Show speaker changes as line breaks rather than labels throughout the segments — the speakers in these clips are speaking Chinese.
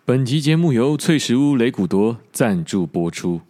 本集节目由翠食屋雷古多赞助播出。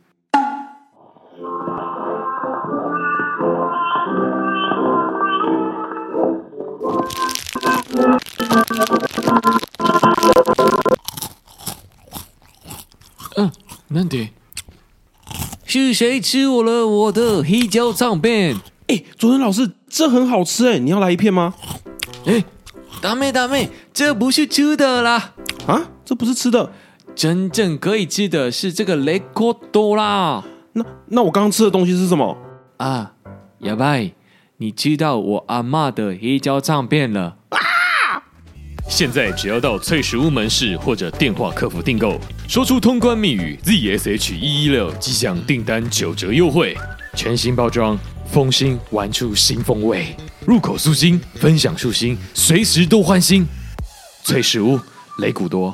なんで？是谁吃我的黑椒酱片？
佐藤老师，这很好吃你要来一片吗？
ダメ，这不是吃的啦！
啊，这不是吃的，
真正可以吃的是这个雷古多啦。
那我刚刚吃的东西是什么？
啊，哑巴，你吃到我阿嬷的黑椒酱片了啊！现在只要到翠食屋门市或者电话客服订购，说出通关密语 ZSH116，即享订单9折优惠。全新包装，封心玩出新风味，入口酥心，分享舒心，随时都欢心。翠食屋雷古多。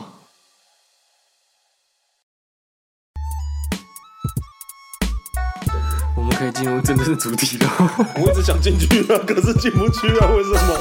我们可以进入真正的主题了。
我一直想进去啊，可是进不去啊，为什么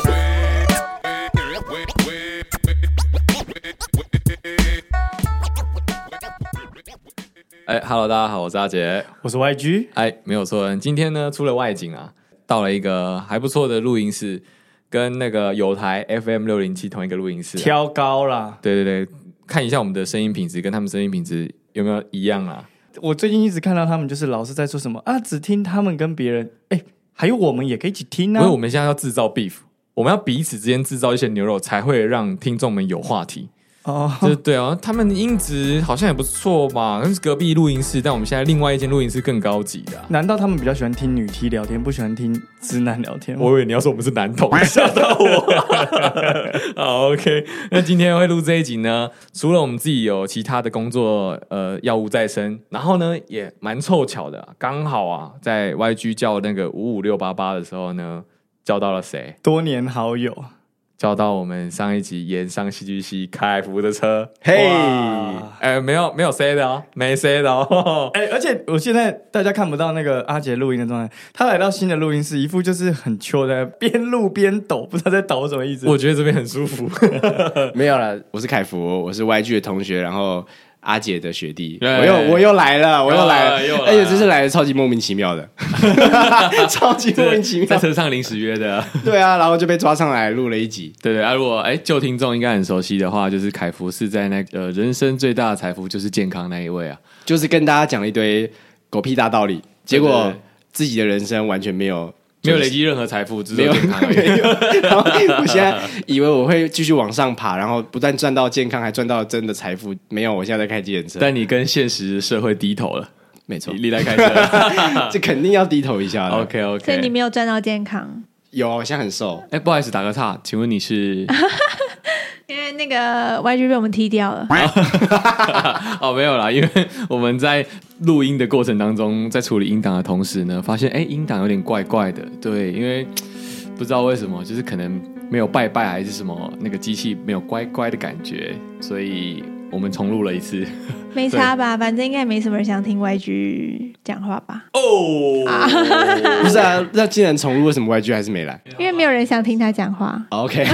？Hello， 大家好，我是阿杰，
我是 YG。
没有错，今天呢出了外景啊，到了一个还不错的录音室，跟那个友台 FM607 同一个录音室，
挑高啦。
对，看一下我们的声音品质跟他们声音品质有没有一样啊？
我最近一直看到他们就是老是在说什么啊，只听他们跟别人，还有我们也可以一起听啊。
因为我们现在要制造 beef， 我们要彼此之间制造一些牛肉，才会让听众们有话题。对啊，他们音质好像也不错吧，那是隔壁录音室，但我们现在另外一间录音室更高级的
难道他们比较喜欢听女 T 聊天，不喜欢听直男聊天吗？
我以为你要说我们是男同，吓到我。好 ，OK， 那今天会录这一集呢，除了我们自己有其他的工作要务在身，然后呢也蛮凑巧的，刚好啊在 YG 叫那个55688的时候呢，叫到了谁？
多年好友。
叫到我们上一集演上戏剧系凯福的车，没有 say 的哦，没 say 的哦。
而且我现在大家看不到那个阿杰录音的状态，他来到新的录音室，一副就是很秋的，边录边抖，不知道在抖什么意思。
我觉得这边很舒服。
没有啦，我是凯福，我是 YG 的同学，然后阿姐的学弟，
我
又来了，而且这次来的超级莫名其妙的，超级莫名其妙，
在车上临时约的。
对啊，然后就被抓上来录了一集。
对啊，如果旧听众应该很熟悉的话，就是凯福是在那个人生最大的财富就是健康那一位啊，
就是跟大家讲了一堆狗屁大道理，结果自己的人生完全没有
累积任何财富，只有健康而已。
然后我现在以为我会继续往上爬，然后不但赚到健康，还赚到真的财富。没有，我现在在开计程车。
但你跟现实社会低头了，
没错，
你来开车，
这肯定要低头一下的。
OK，
所以你没有赚到健康。
有，我现在很瘦。
不好意思，打个岔，请问你是？
因为那个 YG 被我们踢掉了。
没有啦，因为我们在录音的过程当中，在处理音档的同时呢，发现音档有点怪怪的。对，因为不知道为什么，就是可能没有拜还是什么，那个机器没有乖乖的感觉，所以我们重录了一次。
没差吧，反正应该没什么人想听 YG 讲话吧。
不是啊，那既然重录，为什么 YG 还是没来？
因为没有人想听他讲话。
OK，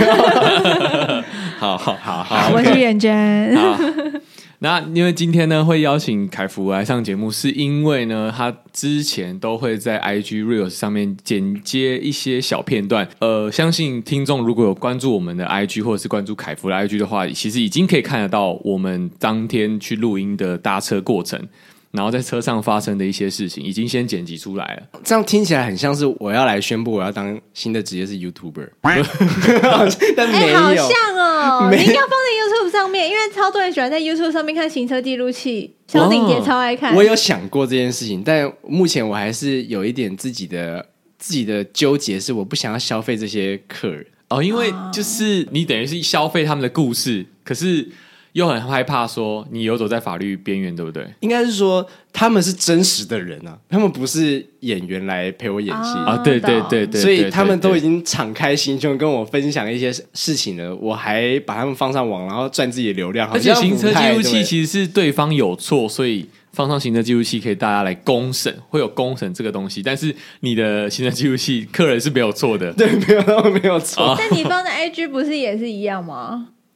好，
我是元珍。
那因为今天呢会邀请凯福来上节目，是因为呢他之前都会在 IG Reels 上面剪接一些小片段。相信听众如果有关注我们的 IG 或者是关注凯福的 IG 的话，其实已经可以看得到我们当天去录音的搭车过程，然后在车上发生的一些事情已经先剪辑出来了。
这样听起来很像是我要来宣布我要当新的职业是 YouTuber， 但没有，
好像哦，你应该放在 YouTube 上面，因为超多人喜欢在 YouTube 上面看行车记录器，小鼎姐超爱看。
我有想过这件事情，但目前我还是有一点自己的纠结，是我不想要消费这些客人
因为就是你等于是消费他们的故事，可是又很害怕说你游走在法律边缘，对不对？
应该是说他们是真实的人啊，他们不是演员来陪我演戏
对，
所以他们都已经敞开心胸跟我分享一些事情了，我还把他们放上网，然后赚自己的流量。
而且行车记录器其实是对方有错，所以放上行车记录器可以大家来公审，会有公审这个东西。但是你的行车记录器客人是没有错的，
对，没有错。
但你放的 IG 不是也是一样吗？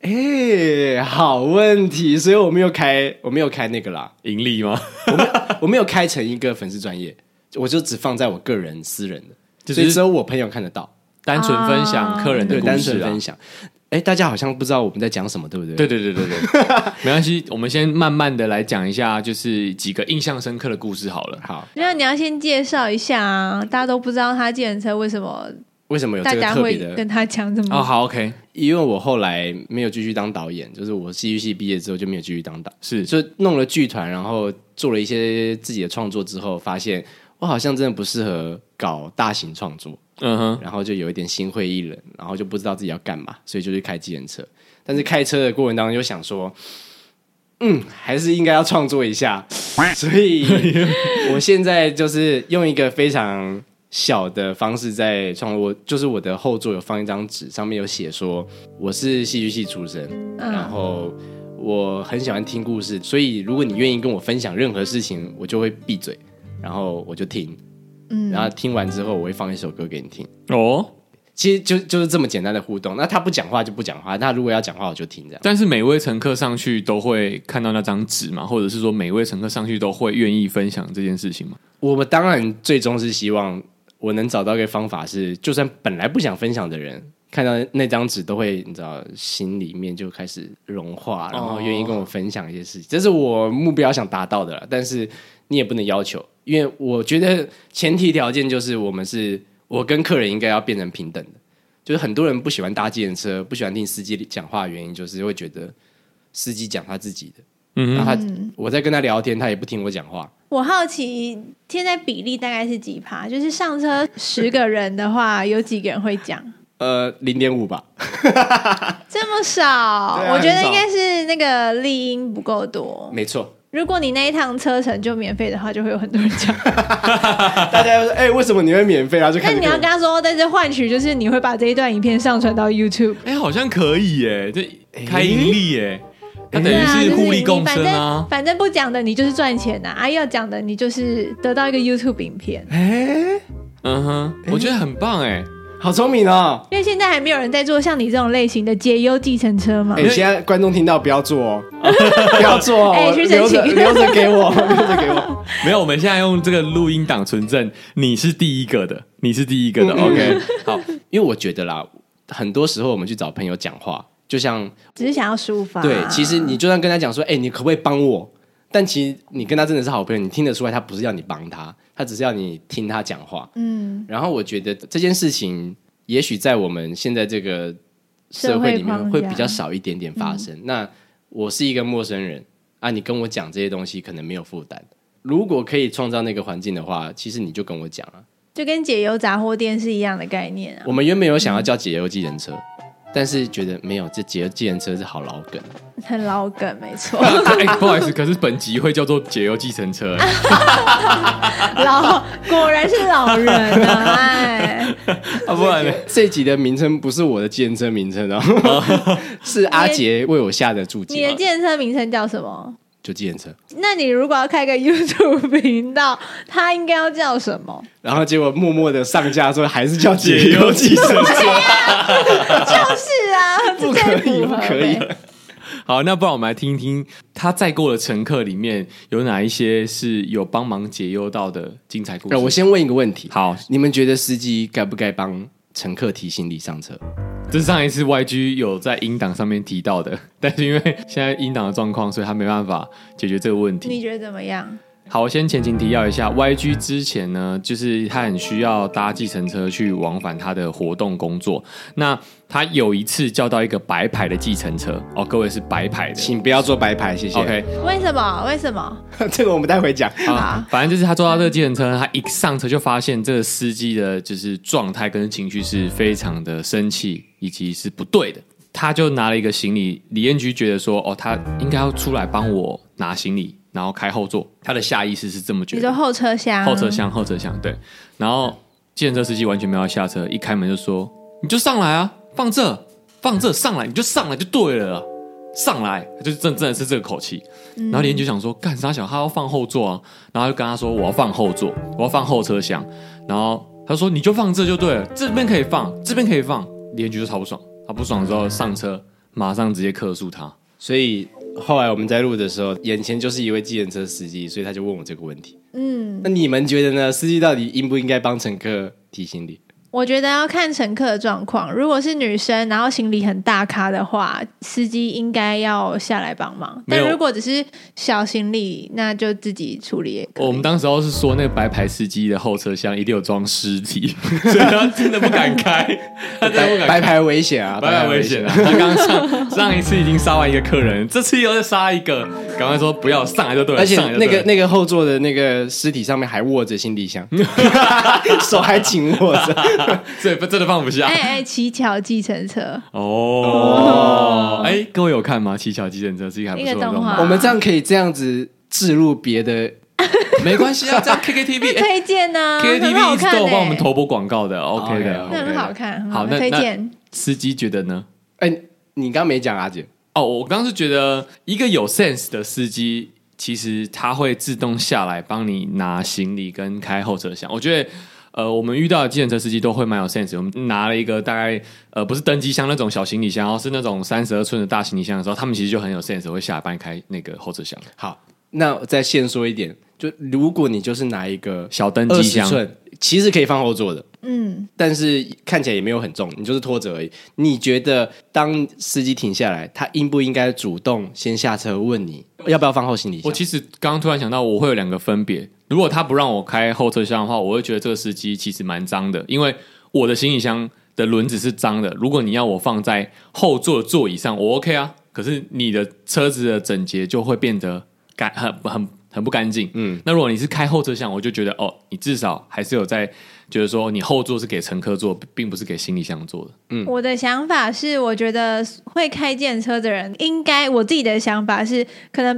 好问题，所以我没有开那个啦，
盈利吗？
我没有开成一个粉丝专页，我就只放在我个人私人的，
就是
所以只有我朋友看得到，
单纯分享客人的
对，单
故事啊。
纯分享。大家好像不知道我们在讲什么，对不对？
对，没关系，我们先慢慢的来讲一下，就是几个印象深刻的故事好了。
好，
那你要先介绍一下啊，大家都不知道他计程车为什么
有这个
大家会
特别的？
跟他讲这么
好 ，OK，
因为我后来没有继续当导演，就是我戏剧系毕业之后就没有继续当导，
是
就弄了剧团，然后做了一些自己的创作之后，发现我好像真的不适合搞大型创作，然后就有一点心灰意冷，然后就不知道自己要干嘛，所以就去开计程车。但是开车的过程当中又想说，还是应该要创作一下，所以我现在就是用一个非常小的方式在创作，就是我的后座有放一张纸，上面有写说我是戏剧系出身，然后我很喜欢听故事，所以如果你愿意跟我分享任何事情，我就会闭嘴，然后我就听，然后听完之后我会放一首歌给你听。
哦。
其实就是这么简单的互动。那他不讲话就不讲话，他如果要讲话我就听这样。
但是每位乘客上去都会看到那张纸嘛，或者是说每位乘客上去都会愿意分享这件事情吗？
我们当然最终是希望我能找到一个方法是，就算本来不想分享的人，看到那张纸都会，你知道，心里面就开始融化，然后愿意跟我分享一些事情。这是我目标想达到的啦，但是你也不能要求，因为我觉得前提条件就是我跟客人应该要变成平等的。就是很多人不喜欢搭计程车，不喜欢听司机讲话的原因，就是会觉得司机讲他自己的，然后我在跟他聊天，他也不听我讲话。
我好奇现在比例大概是几%？就是上车10个人的话，有几个人会讲
？0.5吧。
这么少，我觉得应该是那个丽音不够多。
没错。
如果你那一趟车程就免费的话，就会有很多人讲。
大家就说：“为什么你会免费啊？”就看。
那你要跟他说，但是换取就是你会把这一段影片上传到 YouTube。
好像可以耶，这开盈利耶，它等于是互利共生啊。
反正不讲的你就是赚钱啊，要讲的你就是得到一个 YouTube 影片。
我觉得很棒哎。
好聪明哦！
因为现在还没有人在做像你这种类型的解忧计程车嘛。
现在观众听到不要做哦，不要做哦，
留
着给我，留着给我。
没有，我们现在用这个录音档存证，你是第一个的，OK， 好。
因为我觉得啦，很多时候我们去找朋友讲话，就像
只是想要抒发。
对，其实你就算跟他讲说，你可不可以帮我？但其实你跟他真的是好朋友，你听得出来他不是要你帮他，他只是要你听他讲话。然后我觉得这件事情也许在我们现在这个社会里面会比较少一点点发生。那我是一个陌生人啊，你跟我讲这些东西可能没有负担。如果可以创造那个环境的话，其实你就跟我讲啊，
就跟解忧杂货店是一样的概念啊。
我们原本有想要叫解忧计程车，但是觉得没有，这解忧计程车是好老梗，
很老梗，没错。
不好意思，可是本集会叫做解忧计程车。
果然是老人啊！
不然呢？这一集的名称不是我的计程车名称哦，是阿杰为我下的注解。
你的计程车名称叫什么？
就计程车。
那你如果要开个 YouTube 频道，它应该要叫什么？
然后结果默默的上架之后，还是叫解忧计程车。
就是啊，
不可以。
好，那不然我们来听一听他载过的乘客里面有哪一些是有帮忙解忧到的精彩故事。
我先问一个问题，
好，
你们觉得司机该不该帮乘客提行李上车？
这是上一次 YG 有在音档上面提到的，但是因为现在音档的状况，所以他没办法解决这个问题。
你觉得怎么样？
好，我先前情提要一下 ，YG 之前呢，就是他很需要搭计程车去往返他的活动工作。那他有一次叫到一个白牌的计程车，各位是白牌的，
请不要做白牌，谢谢。
OK，
为什么？
这个我们待会讲。
反正就是他坐到这个计程车，他一上车就发现这个司机的就是状态跟情绪是非常的生气，以及是不对的。他就拿了一个行李，李彦居觉得说，他应该要出来帮我拿行李。然后开后座，他的下意识是这么觉得。
你说后车厢？
后车厢，对。然后计程车司机完全没有要下车，一开门就说：“你就上来啊，放这，上来，你就上来就对了，上来。”他就真的是这个口气。然后连就想说：“干啥小？他要放后座啊！”然后就跟他说：“我要放后座，我要放后车厢。”然后他说：“你就放这就对了，这边可以放，这边可以放。”连就超不爽，他不爽之后上车。 马上直接客诉他。
所以后来我们在录的时候，眼前就是一位计程车司机，所以他就问我这个问题。那你们觉得呢？司机到底应不应该帮乘客提行李？
我觉得要看乘客的状况，如果是女生然后行李很大咖的话，司机应该要下来帮忙，但如果只是小行李那就自己处理也可以。
我们当时候是说那个白牌司机的后车厢一定有装尸体，所以他真的不敢开，他真的不敢开。
白牌危险啊，
白牌危险啊！他刚刚上一次已经杀完一个客人，这次又再杀一个，赶快说不要上来就对了。
而且那个后座的那个尸体上面还握着行李箱，手还紧握着。
所以真的放不下。
七巧计程车
各位有看吗？七巧计程车是一个还不错的动画。
我们这样可以这样子置入别的，
没关系啊，这样 KKTV
推荐呢
，KKTV 一直都有帮我们投播广告的 ，OK 的，
那很好看，
好，
推荐。
司机觉得呢？
你刚没讲阿姐
我刚刚是觉得一个有 sense 的司机，其实他会自动下来帮你拿行李跟开后车厢。我觉得。我们遇到的计程车司机都会蛮有 sense。我们拿了一个大概不是登机箱那种小行李箱，然后是那种32寸的大行李箱的时候，他们其实就很有 sense， 会下来帮你开那个后车厢。
好，那再限缩一点，就如果你就是拿一个
小登机箱，20寸，
其实可以放后座的，但是看起来也没有很重，你就是拖着而已。你觉得当司机停下来，他应不应该主动先下车问你要不要放后行李箱？
我其实刚刚突然想到，我会有2个分别。如果他不让我开后车厢的话，我会觉得这个司机其实蛮脏的，因为我的行李箱的轮子是脏的。如果你要我放在后座的座椅上，我 OK 啊。可是你的车子的整洁就会变得很不干净。那如果你是开后车厢，我就觉得你至少还是有在觉得说你后座是给乘客坐，并不是给行李箱坐的。
我的想法是，我觉得会开计程车的人，应该我自己的想法是，可能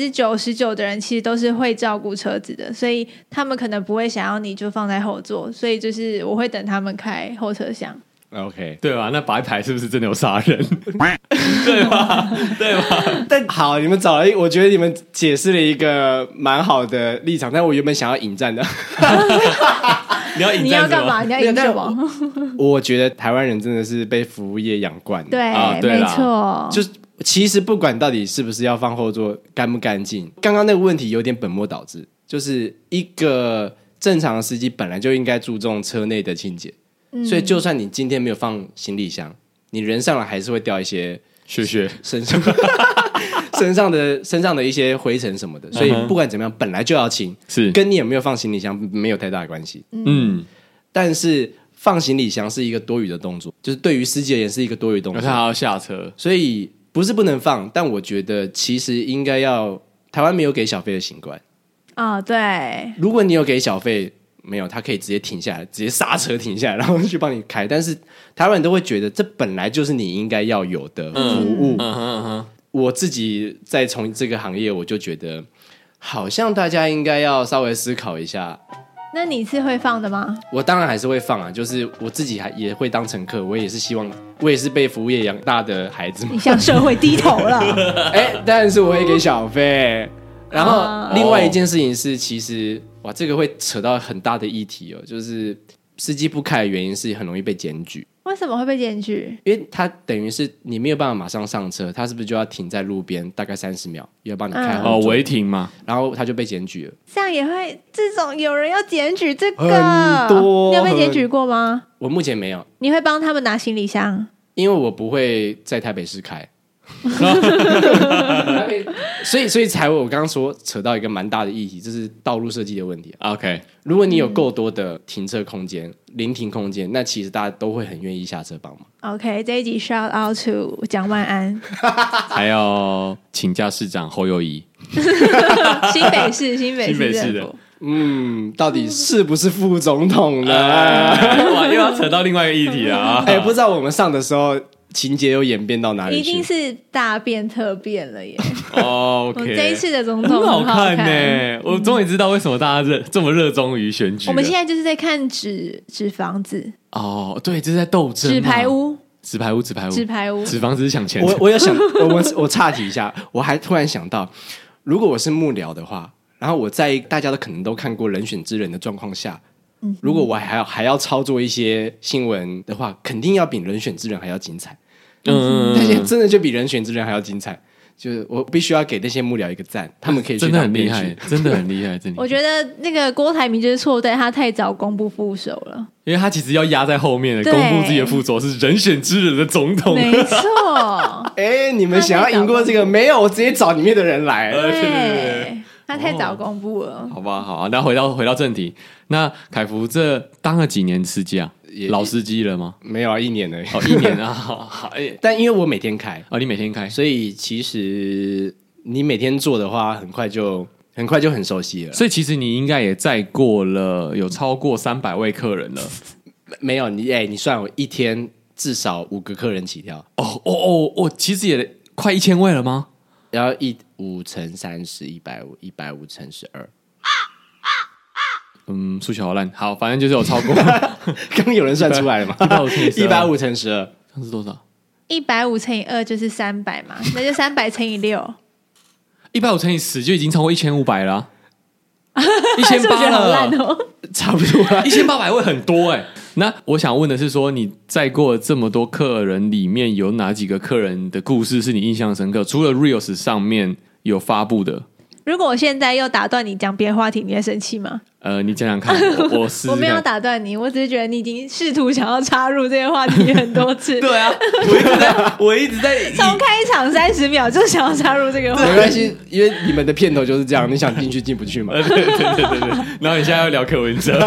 99%的人其实都是会照顾车子的，所以他们可能不会想要你就放在后座，所以就是我会等他们开后车厢。
OK，
对吧？那白牌是不是真的有杀人？对吧？对吧？
但好，你们找了我觉得你们解释了一个蛮好的立场，但我原本想要引战的。
你要干嘛？你要引什么？
我觉得台湾人真的是被服务业养惯。
对，没错。
就其实不管到底是不是要放后座，干不干净，刚刚那个问题有点本末倒置。就是一个正常的司机本来就应该注重车内的清洁。所以就算你今天没有放行李箱，你人上来还是会掉一些
血
身上的一些灰尘什么的，所以不管怎么样本来就要清，
是跟
你有没有放行李箱没有太大的关系。但是放行李箱是一个多余的动作，就是对于司机而言是一个多余动作，
他还要下车，
所以不是不能放，但我觉得其实应该要台湾没有给小费的习惯
对，
如果你有给小费。没有，他可以直接停下来，直接刹车停下来，然后去帮你开。但是台湾人都会觉得这本来就是你应该要有的服务。我自己在从这个行业，我就觉得好像大家应该要稍微思考一下。
那你是会放的吗？
我当然还是会放啊，就是我自己也会当乘客，我也是希望，我也是被服务业养大的孩子嘛。
你向社会低头了。
但是我会给小费。然后另外一件事情是，其实这个会扯到很大的议题就是司机不开的原因是很容易被检举。
为什么会被检举？
因为他等于是你没有办法马上上车，他是不是就要停在路边大概30秒，要帮你开后座
违停嘛？
然后他就被检举了。
这样也会这种有人要检举这个？
很多。
你有被检举过吗？
我目前没有。
你会帮他们拿行李箱？
因为我不会在台北市开。所以才我刚刚说扯到一个蛮大的议题，这是道路设计的问题。
OK，
如果你有够多的停车空间、临停空间，那其实大家都会很愿意下车帮忙。
OK， 这一集 shout out to 蒋万安，
还有请假市长侯友宜，
新北市政府。
到底是不是副总统呢？
哇，又要扯到另外一个议题了啊！
不知道我们上的时候情节又演变到哪里去？
一定是大变特变了耶
！OK，
这一次的总统
很好看呢。我终于知道为什么大家这么热衷于选举。
我们现在就是在看纸房子。
对，这是在斗争。
纸牌屋，
纸牌屋，纸房子是抢钱。
我有想，我岔题一下，我还突然想到，如果我是幕僚的话，然后我在大家都可能都看过人选之人的状况下。如果我还要操作一些新闻的话，肯定要比人选之人还要精彩。 那些真的就比人选之人还要精彩。就是我必须要给那些幕僚一个赞，他们可以去
真的很厉害，真的很厉害，真的。
我觉得那个郭台铭就是错在他太早公布副手了，
因为他其实要压在后面的，公布自己的副手是人选之人的总统。
没错。
你们想要赢过这个没有？我直接找里面的人来。
对，他太早公布了。
好吧，好，那回到正题，那凯福这当了几年司机啊？老司机了吗？
没有啊，1年而已。
1年啊，好。
但因为我每天开，
你每天开，
所以其实你每天做的话，很快就很熟悉了。
所以其实你应该也载过了有超过300位客人了。
没有你算我一天至少5个客人起跳。
其实也快1000位了吗？
然后5乘30，150乘12。
数学好烂。好，反正就是有超过。
刚刚有人算出来了吗？150乘12，
这是多少
？150乘以2就是300嘛，那就300乘以6。
150乘以10就已经超过1500了，1800了，
差不多
1800位很多那我想问的是说，你载过这么多客人里面，有哪几个客人的故事是你印象深刻？除了 Reels 上面有发布的。
如果我现在又打断你讲别的话题，你会生气吗？
你讲讲看，我试试看。
我没有打断你，我只是觉得你已经试图想要插入这个话题很多次。
对啊，我一直在
从开场30秒就想要插入这个话题。
没关系，因为你们的片头就是这样，你想进去进不去嘛。
对。然后你现在要聊柯文哲。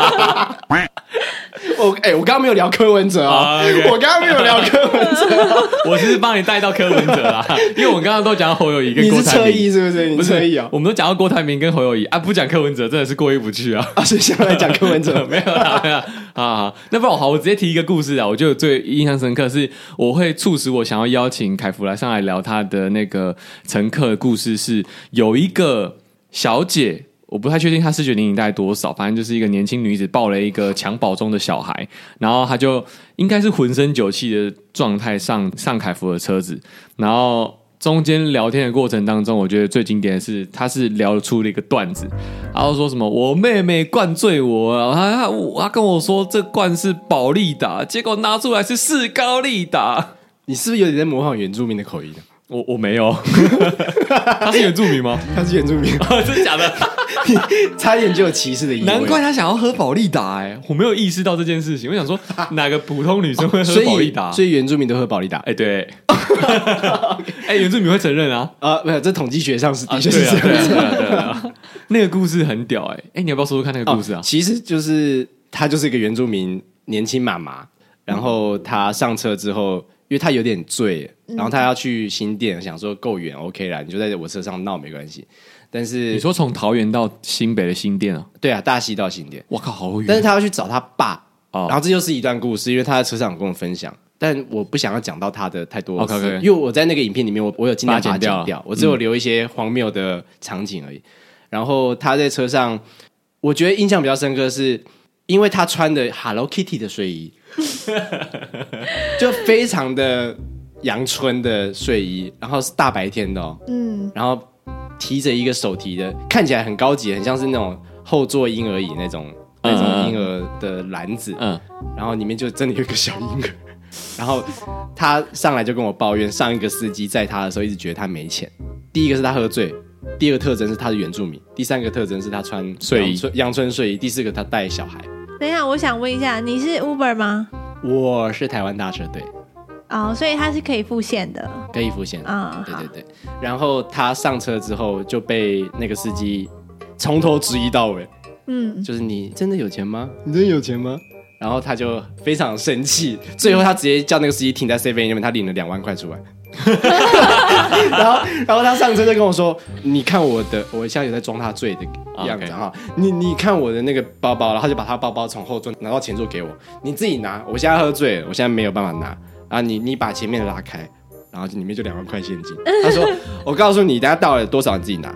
我刚刚没有聊柯文哲我刚刚没有聊柯文哲
我只是帮你带到柯文哲啦，因为我们刚刚都讲到侯友宜跟郭台铭。
你是侧翼是不是？你侧翼
我们都讲到郭台铭跟侯友宜不讲柯文哲真的是过意不去啊！
所以现在来讲柯文哲
没有啦好，那不然我直接提一个故事啊！我觉得最印象深刻是，我会促使我想要邀请凯福上来聊他的那个乘客的故事，是有一个小姐。我不太确定她视觉年龄大概多少，反正就是一个年轻女子抱了一个襁褓中的小孩，然后她就应该是浑身酒气的状态上凯福的车子，然后中间聊天的过程当中，我觉得最经典的是，她是聊出了一个段子，然后说什么我妹妹灌醉我，她跟我说这罐是保利达，结果拿出来是士高利达。
你是不是有点在模仿原住民的口音？
我没有。他是原住民吗？
他是原住民。
真的假的？
差点就有歧视的意味。
难怪他想要喝保利达我没有意识到这件事情。我想说，哪个普通女生会喝保利达？
所以原住民都喝保利达。
对。原住民会承认啊。
没有，这统计学上是的确是这样。
对。那个故事很屌你要不要说说看那个故事啊？
其实就是他就是一个原住民年轻妈妈，然后他上车之后，因为他有点醉，然后他要去新店，想说够远 OK 啦，你就在我车上闹没关系。但是
你说从桃园到新北的新店啊？
对啊，大溪到新店。
我靠，好远！
但是他要去找他爸，然后这又是一段故事，因为他在车上有跟我分享，但我不想要讲到他的太多事，因为我在那个影片里面，我有尽量把它剪掉，我只有留一些荒谬的场景而已。然后他在车上，我觉得印象比较深刻是，因为他穿的 Hello Kitty 的睡衣，就非常的阳春的睡衣，然后是大白天的然后提着一个手提的，看起来很高级，很像是那种后座婴儿椅那种婴儿的篮子，然后里面就真的有一个小婴儿。然后他上来就跟我抱怨，上一个司机载他的时候一直觉得他没钱。第一个是他喝醉，第二个特征是他是原住民，第三个特征是他穿睡衣阳春睡衣，第四个他带小孩。
等一下，我想问一下，你是 Uber 吗？
我是台湾大车队。
所以他是可以付现的，
可以付现的对。然后他上车之后就被那个司机从头质疑到尾，就是你真的有钱吗？你真的有钱吗？然后他就非常生气，最后他直接叫那个司机停在 7-11 那边，他领了2万块出来。然后他上车就跟我说：“你看我的，我现在有在装他醉的样子哈。你看我的那个包包，然后他就把他包包从后座拿到前座给我，你自己拿。我现在喝醉了，我现在没有办法拿。然后你把前面拉开，然后里面就2万块现金。他说：我告诉你，等下到了多少你自己拿。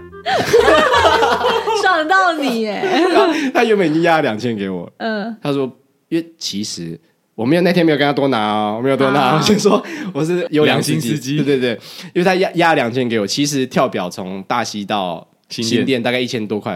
爽到你耶！
他原本已经压了2000给我，他说，因为其实。”我那天没有跟他多拿我没有多拿。我先说我是优良司机，对，因为他压2000给我，其实跳表从大溪到新店大概1000多块而已。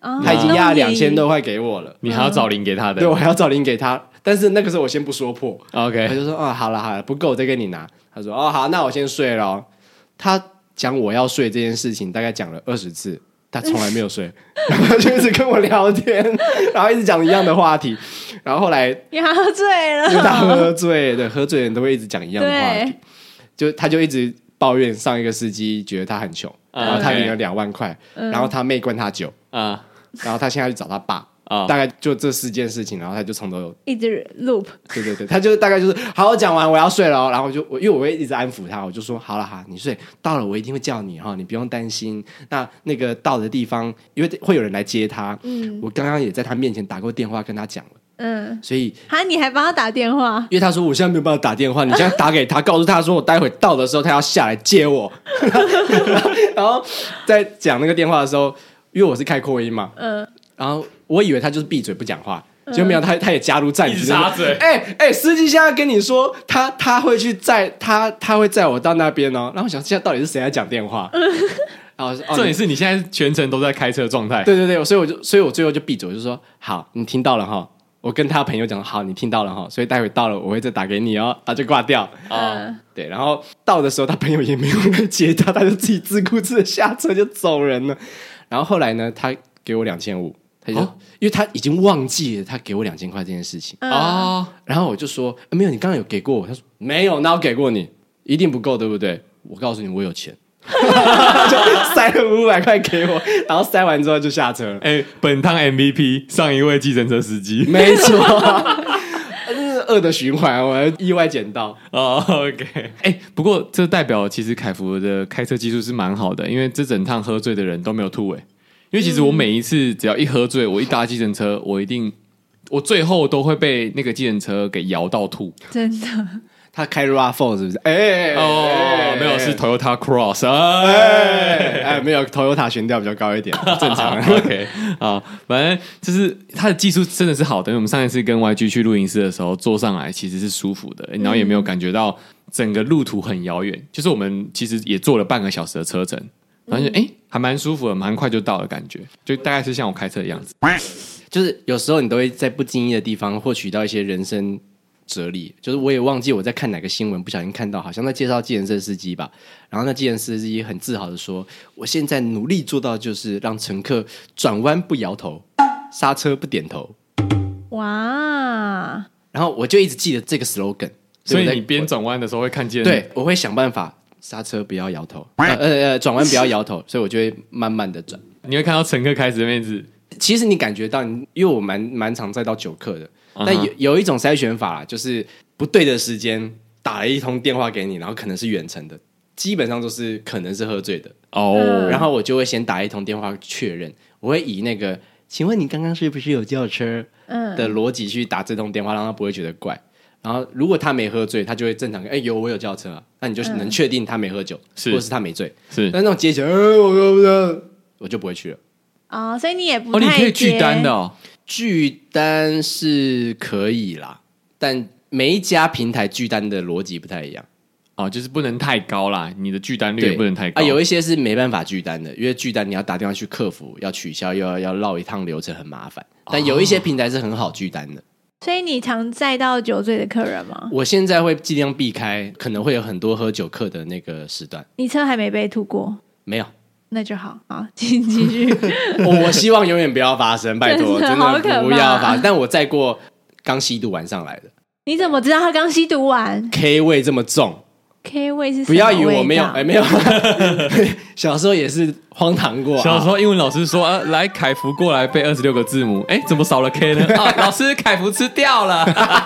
他已经压了2000多块给我了，
你还要找零给他的？
对，我还要找零给他。但是那个时候我先不说破
，OK，
他就说好了，不够我再给你拿。他说好，那我先睡了。他讲我要睡这件事情，大概讲了20次，他从来没有睡，然后就一直跟我聊天，然后一直讲一样的话题。然后后来
因为他喝醉了，
因为他喝醉，对，喝醉的人都会一直讲一样的话题，他就一直抱怨上一个司机觉得他很穷，然后他领了2万块，然后他妹灌他酒然后他现在去找他爸。大概就这4件事情，然后他就从头
一直 loop，
对，他就大概就是好，我讲完我要睡了然后因为我会一直安抚他，我就说好了你睡，到了我一定会叫你你不用担心。那个到的地方，因为会有人来接他，我刚刚也在他面前打过电话跟他讲了，所以
你还帮他打电话？
因为他说我现在没有办法打电话，你现在打给他，告诉他说我待会到的时候他要下来接我，然后在讲那个电话的时候，因为我是开扩音嘛，然后我以为他就是闭嘴不讲话，结果没有，他也加入战局，
一直插嘴。
司机现在跟你说他会去载他会载我到那边然后我想现在到底是谁在讲电话？然后
重点是你现在全程都在开车状态。
对，所以我最后就闭嘴，我就说好，你听到了哈。我跟他朋友讲好，你听到了哈，所以待会到了我会再打给你他就挂掉对，然后到的时候他朋友也没有来接他就自己自顾自的下车就走人了。然后后来呢，他给我2500。他就因为他已经忘记了他给我2000块这件事情然后我就说没有，你刚刚有给过我。他说没有，那我给过你，一定不够对不对？我告诉你我有钱就塞了500块给我，然后塞完之后就下车了。
本趟 MVP 上一位计程车司机，
没错这是恶的循环，我还意外捡到
OK。不过这代表其实凯福的开车技术是蛮好的，因为这整趟喝醉的人都没有吐因为其实我每一次只要一喝醉，我一搭计程车，我最后都会被那个计程车给摇到吐。
真的？
他开 RAV4 是不是？
没有，是 Toyota Cross
没有 Toyota 悬吊比较高一点，正常。
OK 反正就是他的技术真的是好的。因为我们上一次跟 YG 去录音室的时候，坐上来其实是舒服的，然后也没有感觉到整个路途很遥远。就是我们其实也坐了半个小时的车程。反正还蛮舒服的，蛮快就到的感觉，就大概是像我开车的样子。
就是有时候你都会在不经意的地方获取到一些人生哲理。就是我也忘记我在看哪个新闻，不小心看到，好像在介绍计程车司机吧。然后那计程车司机很自豪的说：“我现在努力做到就是让乘客转弯不摇头，刹车不点头。”
哇！
然后我就一直记得这个 slogan。
所以你边转弯的时候会看见，
对，我会想办法。刹车不要摇头，转弯不要摇头，所以我就会慢慢的转。
你会看到乘客开始那子，
其实你感觉到因为我蛮常载到酒客的，但有一种筛选法啦，就是不对的时间打了一通电话给你，然后可能是远程的，基本上都是可能是喝醉的然后我就会先打一通电话确认，我会以那个请问你刚刚是不是有叫车的逻辑去打这通电话，让他不会觉得怪。然后如果他没喝醉，他就会正常我有叫车那你就能确定他没喝酒，或者是他没醉。
是，
但那种接起来我就不会去了
所以你也不太
你可以拒单的
拒单是可以啦，但每一家平台拒单的逻辑不太一样
就是不能太高啦，你的拒单率也不能太高
有一些是没办法拒单的，因为拒单你要打电话去客服，要取消又要绕一趟流程，很麻烦。但有一些平台是很好拒单的。
所以你常载到酒醉的客人吗？
我现在会尽量避开可能会有很多喝酒客的那个时段。
你车还没被吐过？
没有。
那就好，继续
我希望永远不要发生，拜托，真的不要发生。但我载过刚吸毒完上来的。
你怎么知道他刚吸毒完
？K 味这么重
？K 味是什么味道？
不要以为我没有，没有。小时候也是荒唐过。
小时候英文老师说，来凯福过来背26个字母，怎么少了 K 呢？老师，凯福吃掉了。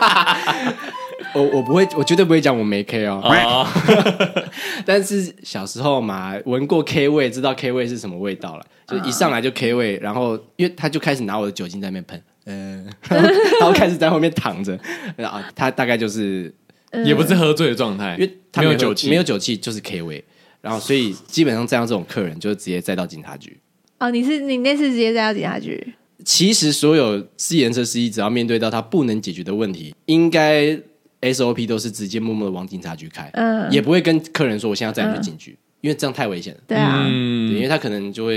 我不会，我绝对不会讲我没 K 但是小时候嘛，闻过 K 味，知道 K 味是什么味道了，就一上来就 K 味，然后因为他就开始拿我的酒精在那边喷，然后开始在后面躺着他大概就是
也不是喝醉的状态，
因为他没有酒气，就是 K 味，然后所以基本上载到这种客人就直接载到警察局。
你那次直接载到警察局？
其实所有计程车司机只要面对到他不能解决的问题，应该 SOP 都是直接默默的往警察局开，也不会跟客人说我现在载你去警局，因为这样太危险了。
对啊，
对，因为他可能就会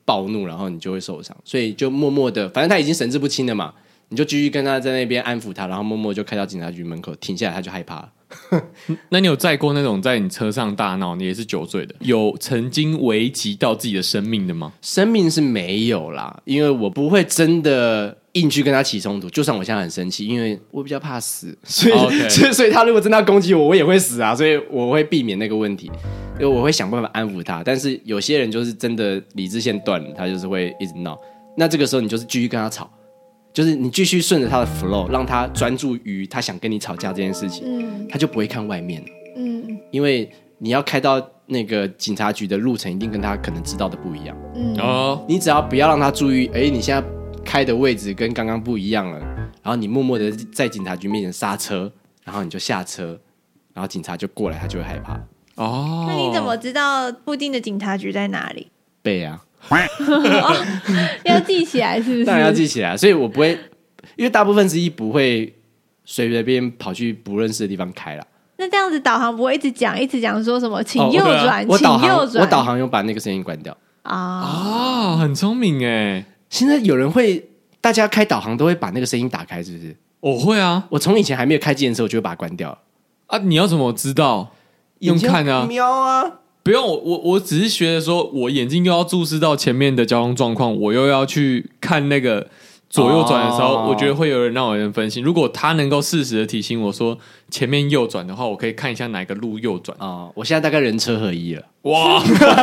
暴怒，然后你就会受伤，所以就默默的，反正他已经神志不清了嘛，你就继续跟他在那边安抚他，然后默默就开到警察局门口停下来，他就害怕了。
那你有载过那种在你车上大闹，你也是酒醉的，有曾经危及到自己的生命的吗？
生命是没有啦，因为我不会真的硬去跟他起冲突，就算我现在很生气，因为我比较怕死，所以、所以他如果真的要攻击我，我也会死啊，所以我会避免那个问题，因为我会想办法安抚他。但是有些人就是真的理智线断了，他就是会一直闹，那这个时候你就是继续跟他吵，就是你继续顺着他的 flow， 让他专注于他想跟你吵架这件事情，他就不会看外面了。因为你要开到那个警察局的路程，一定跟他可能知道的不一样。你只要不要让他注意，你现在开的位置跟刚刚不一样了，然后你默默的在警察局面前刹车，然后你就下车，然后警察就过来，他就会害怕。
那你怎么知道附近的警察局在哪里？
背啊。
要记起来是不是？
当然要记起来，所以我不会，因为大部分之一不会随便跑去不认识的地方开啦。
那这样子导航不会一直讲说什么请右转，
我导航有把那个声音关掉
啊，很聪明耶。
现在有人会，大家开导航都会把那个声音打开，是不是？
我会啊，
我从以前还没有开计程车，我就会把它关掉了
啊。你要怎么知道？用看啊，
瞄啊。
不用，我只是觉得说，我眼睛又要注视到前面的交通状况，我又要去看那个左右转的时候，我觉得会有人让我有人分心。如果他能够适时的提醒我说前面右转的话，我可以看一下哪个路右转。
我现在大概人车合一了。
哇！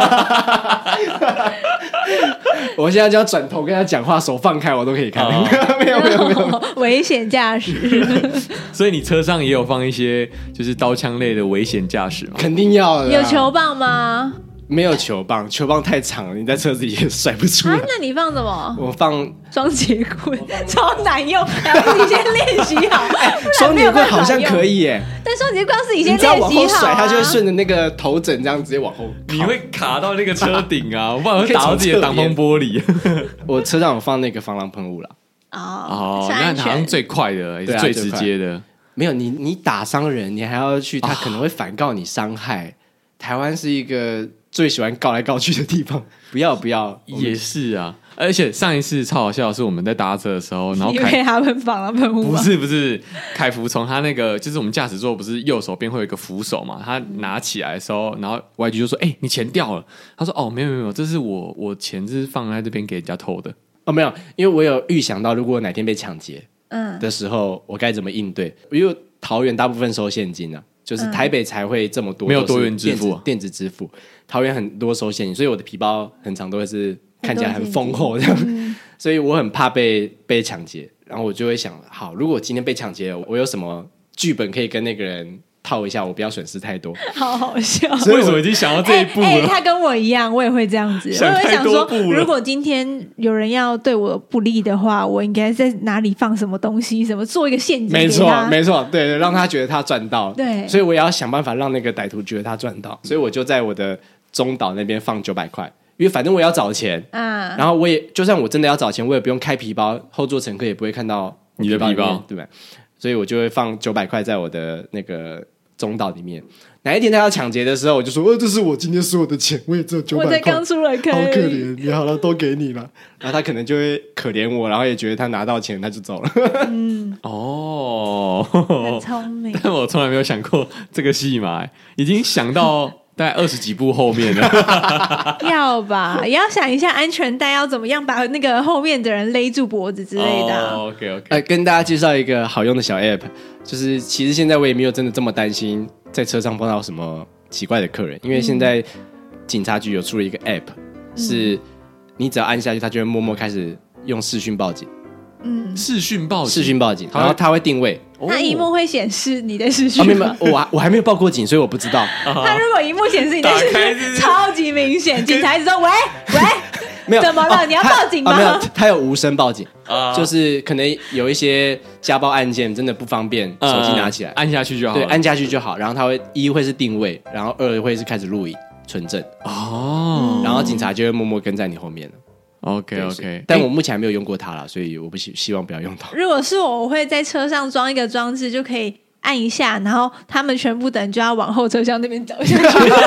我现在就要转头跟他讲话，手放开我都可以看。没有，
危险驾驶。
所以你车上也有放一些就是刀枪类的危险驾驶吗？
肯定要的。
有球棒吗？
没有球棒，球棒太长了，你在车子里也甩不出来。
那你放什么？
我放
双节棍，超难用，要自己先练习好。
双节棍好像可以耶，
但双节棍要自己先练习好。
你往后甩，它就会顺着那个头枕这样直接往后。
你会卡到那个车顶啊，不然会打到自己的挡风玻璃。
我车上有放那个防狼喷雾啦。
那好像最快的，也是最直接的。
没有你打伤人，你还要去，他可能会反告你伤害。台湾是一个最喜欢告来告去的地方，不要，
也是啊。而且上一次超好笑的是我们在搭车的时候，然后
因为他们防狼喷雾，
不是，凯福从他那个就是我们驾驶座不是右手边会有一个扶手嘛，他拿起来的时候，然后 YG 就说：“你钱掉了。”他说：“没有，这是我钱是放在这边给人家偷的。”
没有，因为我有预想到如果哪天被抢劫的时候，我该怎么应对。因为桃园大部分收现金啊。就是台北才会这么多，
没有多元支付，
电子支付。桃园很多收现金，所以我的皮包很常都会是看起来很丰厚这样，所以我很怕被抢劫。然后我就会想，好，如果今天被抢劫了，我有什么剧本可以跟那个人套一下，我不要损失太多。
好好笑，
为什么已经想到这一步了？
他跟我一样，我也会这样子。我也会想说，如果今天有人要对我不利的话，我应该在哪里放什么东西，什么做一个陷阱给他。
没错，对，让他觉得他赚到。
对，
所以我也要想办法让那个歹徒觉得他赚到。所以我就在我的中岛那边放900块，因为反正我要找钱然后我也就算我真的要找钱，我也不用开皮包，后座乘客也不会看到
你的皮包，
对吧？所以我就会放900块在我的那个中岛里面。哪一天他要抢劫的时候，我就说：“这是我今天所有的钱，我也只有900块，
我才刚出来开，
好可怜。你好了，都给你了。”然后他可能就会可怜我，然后也觉得他拿到钱他就走了。
很聪明。
但我从来没有想过这个戏码，已经想到大概20几部后面了。
要吧，也要想一下安全带要怎么样把那个后面的人勒住脖子之类的。
OK，
跟大家介绍一个好用的小 app， 就是其实现在我也没有真的这么担心在车上碰到什么奇怪的客人，因为现在警察局有出了一个 app，是你只要按下去，它就会默默开始用视讯报警。
视讯报警，
然后它会定位。
它萤幕会显示你的视讯。
没有，我还没有报过警，所以我不知道。
它如果萤幕显示你的视讯，超级明显，警察一直说喂，
没有，
怎么了？你要报警吗？
没有，它有无声报警，就是可能有一些家暴案件真的不方便，手机拿起来
按下去就好。
对，按下去就好。然后它会1会是定位，然后2会是开始录影存证。然后警察就会默默跟在你后面了。
OK，
但我目前还没有用过它啦，所以我希望不要用到。
如果是我会在车上装一个装置，就可以按一下，然后他们全部的人就要往后车厢那边走下去。你们知道我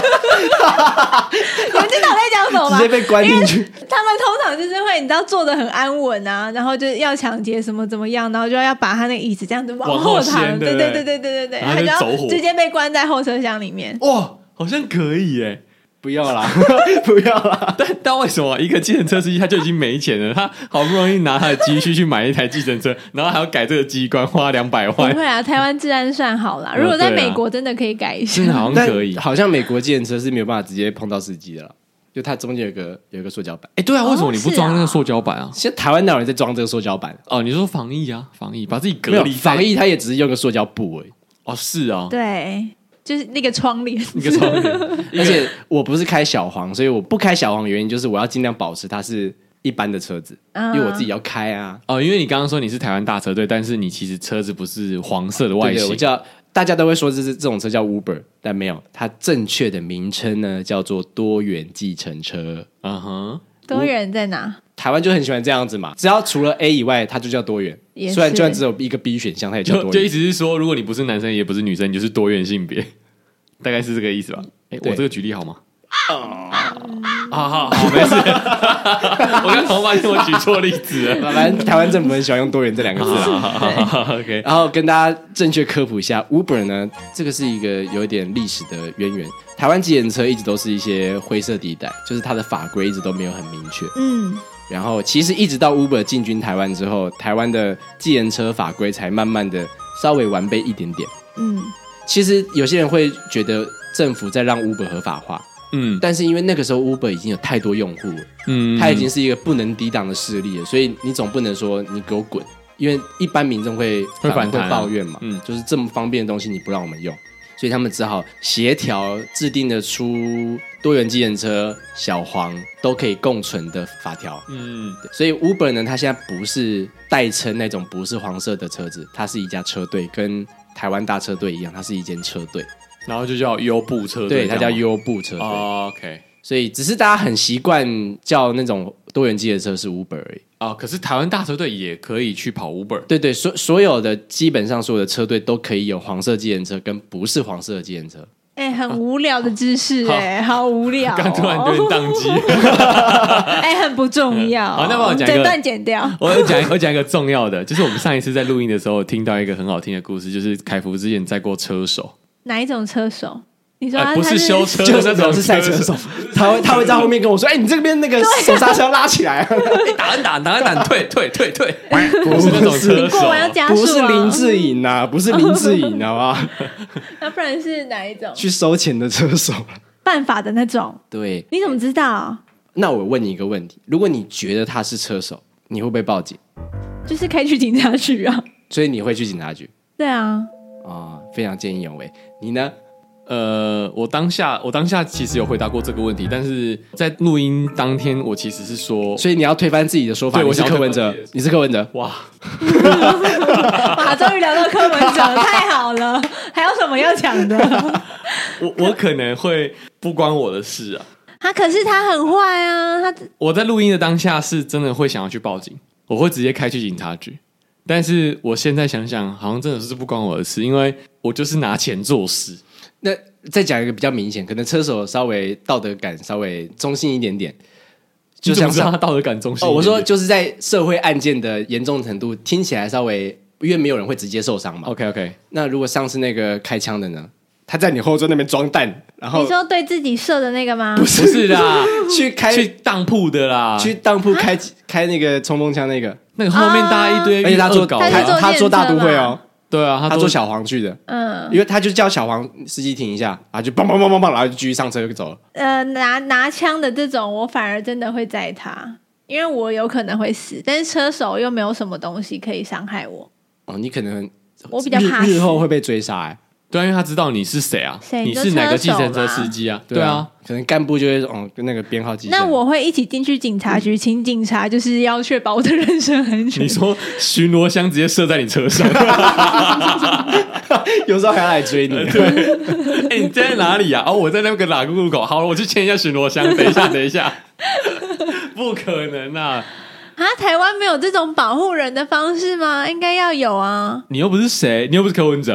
在讲什么吗？
直接被关进去。
他们通常就是会，你知道坐得很安稳啊，然后就要抢劫什么怎么样，然后就要把他那个椅子这样子往后躺，对，他就要直接被关在后车厢里面。
哇，好像可以耶。
不要啦，不要啦！
但为什么一个计程车司机他就已经没钱了？他好不容易拿他的积蓄去买一台计程车，然后还要改这个机关，花200万。
不会啊，台湾治安算好啦。如果在美国，真的可以改一下。
真的好像可以，
好像美国计程车是没有办法直接碰到司机的了，就它中间有一个塑胶板。
对啊，为什么你不装那个塑胶板啊？
现在台湾哪有人在装这个塑胶板？
你说防疫啊，防疫把自己隔离，
防疫它也只是用个塑胶布而已。
是啊，
对。就是那个窗帘，
而且我不是开小黄，所以我不开小黄的原因就是我要尽量保持它是一般的车子，因为我自己要开啊。
因为你刚刚说你是台湾大车队，但是你其实车子不是黄色的外形，
我叫大家都会说这种车叫 Uber， 但没有，它正确的名称呢叫做多元计程车。
多元在哪？
台湾就很喜欢这样子嘛，只要除了 A 以外，它就叫多元。虽然就算只有一个 B 选项，它也叫多元。
就意思是说，如果你不是男生也不是女生，你就是多元性别，大概是这个意思吧？我这个举例好吗？好，没事。我刚才发现我举错例子了。
反正台湾政府很喜欢用多元这2个字。
OK，
然后跟大家正确科普一下 ，Uber 呢，这个是一个有点历史的渊源。台湾计程车一直都是一些灰色地带，就是它的法规一直都没有很明确。然后其实一直到 Uber 进军台湾之后，台湾的计程车法规才慢慢的稍微完备一点点。其实有些人会觉得政府在让 Uber 合法化。但是因为那个时候 Uber 已经有太多用户了，它已经是一个不能抵挡的势力了，所以你总不能说你给我滚，因为一般民众会抱怨嘛，就是这么方便的东西你不让我们用，所以他们只好协调制定的出多元计程车、小黄都可以共存的法条。所以 Uber 呢，它现在不是代称那种不是黄色的车子，它是一家车队，跟台湾大车队一样，它是一间车队。
然后就叫优步车队，
对，它叫优步车队。
OK，
所以只是大家很习惯叫那种多元计程车是 Uber 而已。
可是台湾大车队也可以去跑 Uber。
对，所有的基本上所有的车队都可以有黄色计程车跟不是黄色的计程车。
很无聊的知识好无聊。
刚突然有点宕机。
很不重要。
好，那帮我讲一个，
整段剪掉。
我讲一个重要的，就是我们上一次在录音的时候听到一个很好听的故事，就是凯福之前载过车手。
哪一种车手？你说
不是修车的那种，
是赛车手。他会在后面跟我说：“你这边那个手刹车要拉起来。”
打按退，不是那种车手，
不是林志颖呐，不是林志颖，好不好？
那不然是哪一种？
去收钱的车手，
犯法的那种。
对，
你怎么知道？
那我问你一个问题：如果你觉得他是车手，你会不会报警？
就是可以去警察局啊。
所以你会去警察局？
对啊。
非常见义勇为。你呢？
我当下其实有回答过这个问题，但是在录音当天，我其实是说，
所以你要推翻自己的说法。
对，
我是柯文哲，你是柯文哲。
哇，
终于聊到柯文哲，太好了！还有什么要讲的？
我可能会不关我的事啊。
可是他很坏啊！
我在录音的当下是真的会想要去报警，我会直接开去警察局。但是我现在想想，好像真的是不关我的事，因为我就是拿钱做事。
那再讲一个比较明显，可能车手稍微道德感稍微中性一点点，
就像他道德感中性。
我说就是在社会案件的严重程度听起来稍微，因为没有人会直接受伤嘛。
OK，
那如果上次那个开枪的呢？他在你后座那边装弹，然后
你说对自己射的那个吗？
不是啦，
去
当铺的啦，
去当铺开那个冲锋枪那个
后面搭一堆，
而且他坐大都会哦。
对啊，
他坐小黄去的，因为他就叫小黄司机停一下，然后就砰砰砰砰砰，然后就继续上车就走了。
拿枪的这种，我反而真的会载他，因为我有可能会死，但是车手又没有什么东西可以伤害我。
你可能
我比较怕
日后会被追杀
对啊，因为他知道你是谁啊，你是哪个计程车司机啊？对啊，
可能干部就会跟那个编号记。
那我会一起进去警察局，请警察就是要确保我的人身安全。
你说巡逻箱直接射在你车上，
有时候还要来追你。
对，你在哪里啊？我在那个哪个路口？好了，我去牵一下巡逻箱。等一下，不可能啊！
台湾没有这种保护人的方式吗？应该要有啊。
你又不是谁，你又不是柯文哲。
但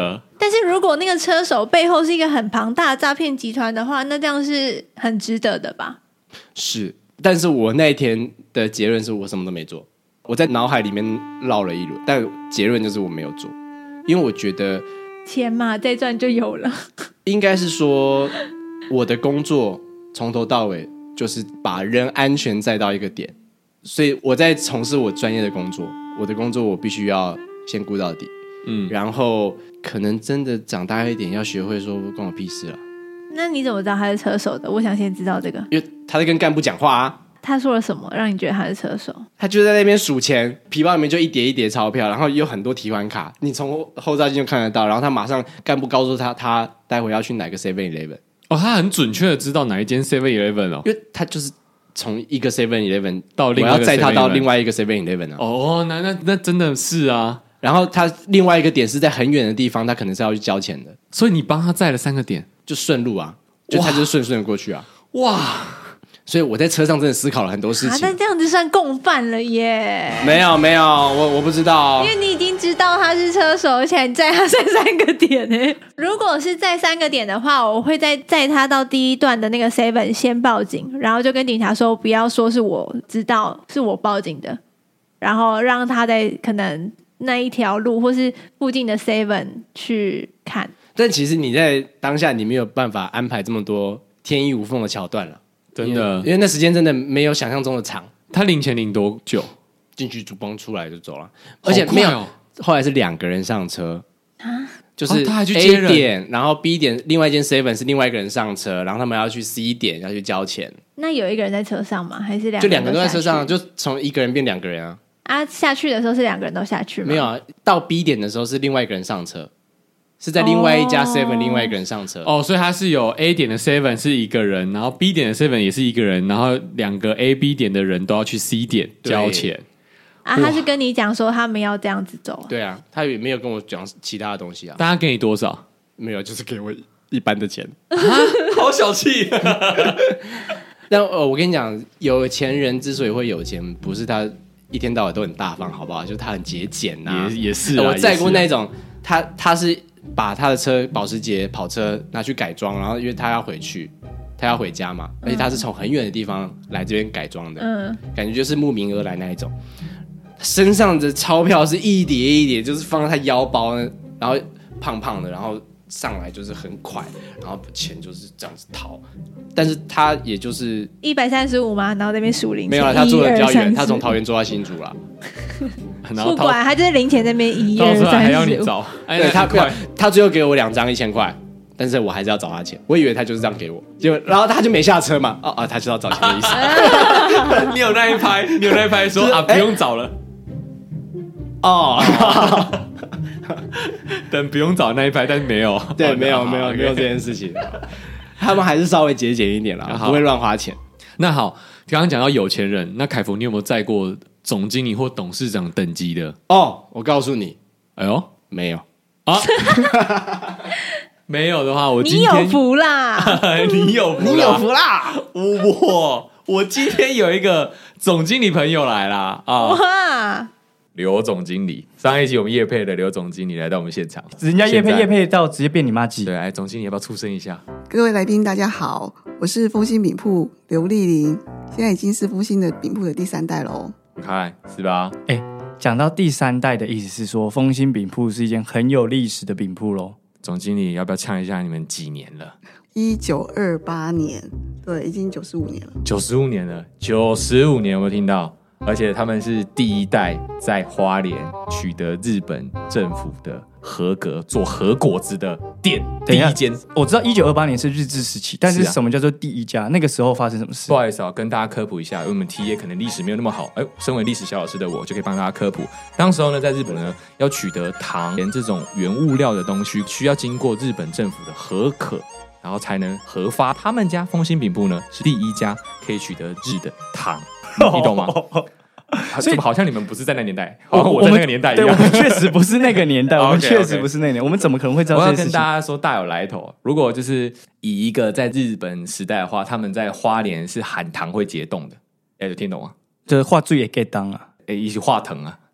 但是如果那个车手背后是一个很庞大的诈骗集团的话，那这样是很值得的吧？
是，但是我那一天的结论是我什么都没做，我在脑海里面绕了一轮，但结论就是我没有做，因为我觉得
钱嘛，再赚就有了。
应该是说我的工作从头到尾就是把人安全载到一个点，所以我在从事我专业的工作，我的工作我必须要先顾到底，然后可能真的长大一点要学会说关我屁事了。
那你怎么知道他是车手的？我想先知道这个，
因为他在跟干部讲话啊。
他说了什么让你觉得他是车手？
他就在那边数钱，皮包里面就一叠一叠钞票，然后有很多提款卡，你从后照镜就看得到。然后他马上干部告诉他，他待会要去哪个 7-Eleven。
哦，他很准确的知道哪一间 7-Eleven 哦，
因为他就是从一个 7-Eleven
到另外一个 7-Eleven，
我要载他到另外一个 7-Eleven 啊。
哦，那真的是啊。
然后他另外一个点是在很远的地方，他可能是要去交钱的，
所以你帮他载了3个点，
就顺路啊，就他就是顺的过去啊。
哇！
所以我在车上真的思考了很多事情。
那这样子算共犯了耶？
没有，我不知道，
因为你已经知道他是车手，而且你载他3个点呢。如果是载3个点的话，我会载他到第一段的那个 7 先报警，然后就跟警察说不要说是我知道是我报警的，然后让他在可能那一条路或是附近的 7 去看。
但其实你在当下你没有办法安排这么多天衣无缝的桥段了。
真的，
因为那时间真的没有想象中的长。
他领钱领多久？
进去主帮出来就走了，而且没有。后来是2个人上车就是 A 点，然后 B 点，另外一间 7 是另外一个人上车，然后他们要去 C 点要去交钱。
那有一个人在车上吗？还是
就2个人都在车上，就从一个人变2个人啊。
啊，下去的时候是2个人都下去吗？
没有啊，到 B 点的时候是另外一个人上车。是在另外一家 7 另外一个人上车
哦，所以他是有 A 点的 7是一个人，然后 B 点的 7也是一个人，然后2个 A、B 点的人都要去 C 点交钱
啊。他是跟你讲说他们要这样子走？
对啊，他也没有跟我讲其他的东西啊。
大家给你多少？
没有，就是给我一般的钱。
好小气。
但我跟你讲，有钱人之所以会有钱，不是他一天到晚都很大方，好不好？就是他很节俭呐。
也是啊，
我载过那种，他是把他的车保时捷跑车拿去改装，然后因为他要回去，他要回家嘛，而且他是从很远的地方来这边改装的，感觉就是慕名而来那一种。身上的钞票是一叠一叠，就是放在他腰包，然后胖胖的，然后上来就是很快，然后钱就是这样子掏。但是他也就是
135吗？然后那边数零钱，
没有了，他坐的比较远，他从桃园坐到新竹了。
然后不管他就是零钱那边1、2、3、4，
还要你找。
对，他最后给我2张1000块，但是我还是要找他钱。我以为他就是这样给我，然后他就没下车嘛。他就要找钱的意思。
你有那一拍说啊，不用找了。等不用找那一拍，但是没有。
对，没有这件事情。他们还是稍微节俭一点啦，不会乱花钱。
那好，刚刚讲到有钱人，那凯福你有没有载过总经理或董事长等级的？
我告诉你，
哎呦，
没有
啊。没有的话，我今天
你有福啦。
你有福啦。我今天有一个总经理朋友来啦啊！
哇，
刘总经理，上一集我们业配的刘总经理来到我们现场，
人家业配到直接变你妈鸡。
对，哎，总经理要不要出声一下？
各位来宾大家好，我是丰兴饼铺刘丽玲，现在已经是丰兴的饼铺的第3代喽。
你看是吧？
讲到第3代的意思是说，丰兴饼铺是一间很有历史的饼铺咯。
总经理要不要呛一下你们几年了
？1928年，对，已经95年了。
95年了，95年，有没有听到？而且他们是第1代在花莲取得日本政府的合格做和果子的店，第一间。
我知道1928年是日治时期，但是什么叫做第一家？那个时候发生什么事？
不好意思跟大家科普一下，因为我们 TA 可能历史没有那么好，身为历史小老师的我就可以帮大家科普。当时候呢，在日本呢，要取得糖连这种原物料的东西，需要经过日本政府的核可，然后才能核发。他们家丰兴饼铺呢，是第1家可以取得日的糖。你懂吗？所以好像你们不是在那年代，我在那个年代一样。
对，我们确实不是那个年代，我们确实不是那个年代，我们怎么可能会知道这件事情？
我要跟大家说大有来头。如果就是以一个在日本时代的话，他们在花莲是喊糖会结冻的，有听懂吗？
就是画最也给当啊，
一起画藤啊。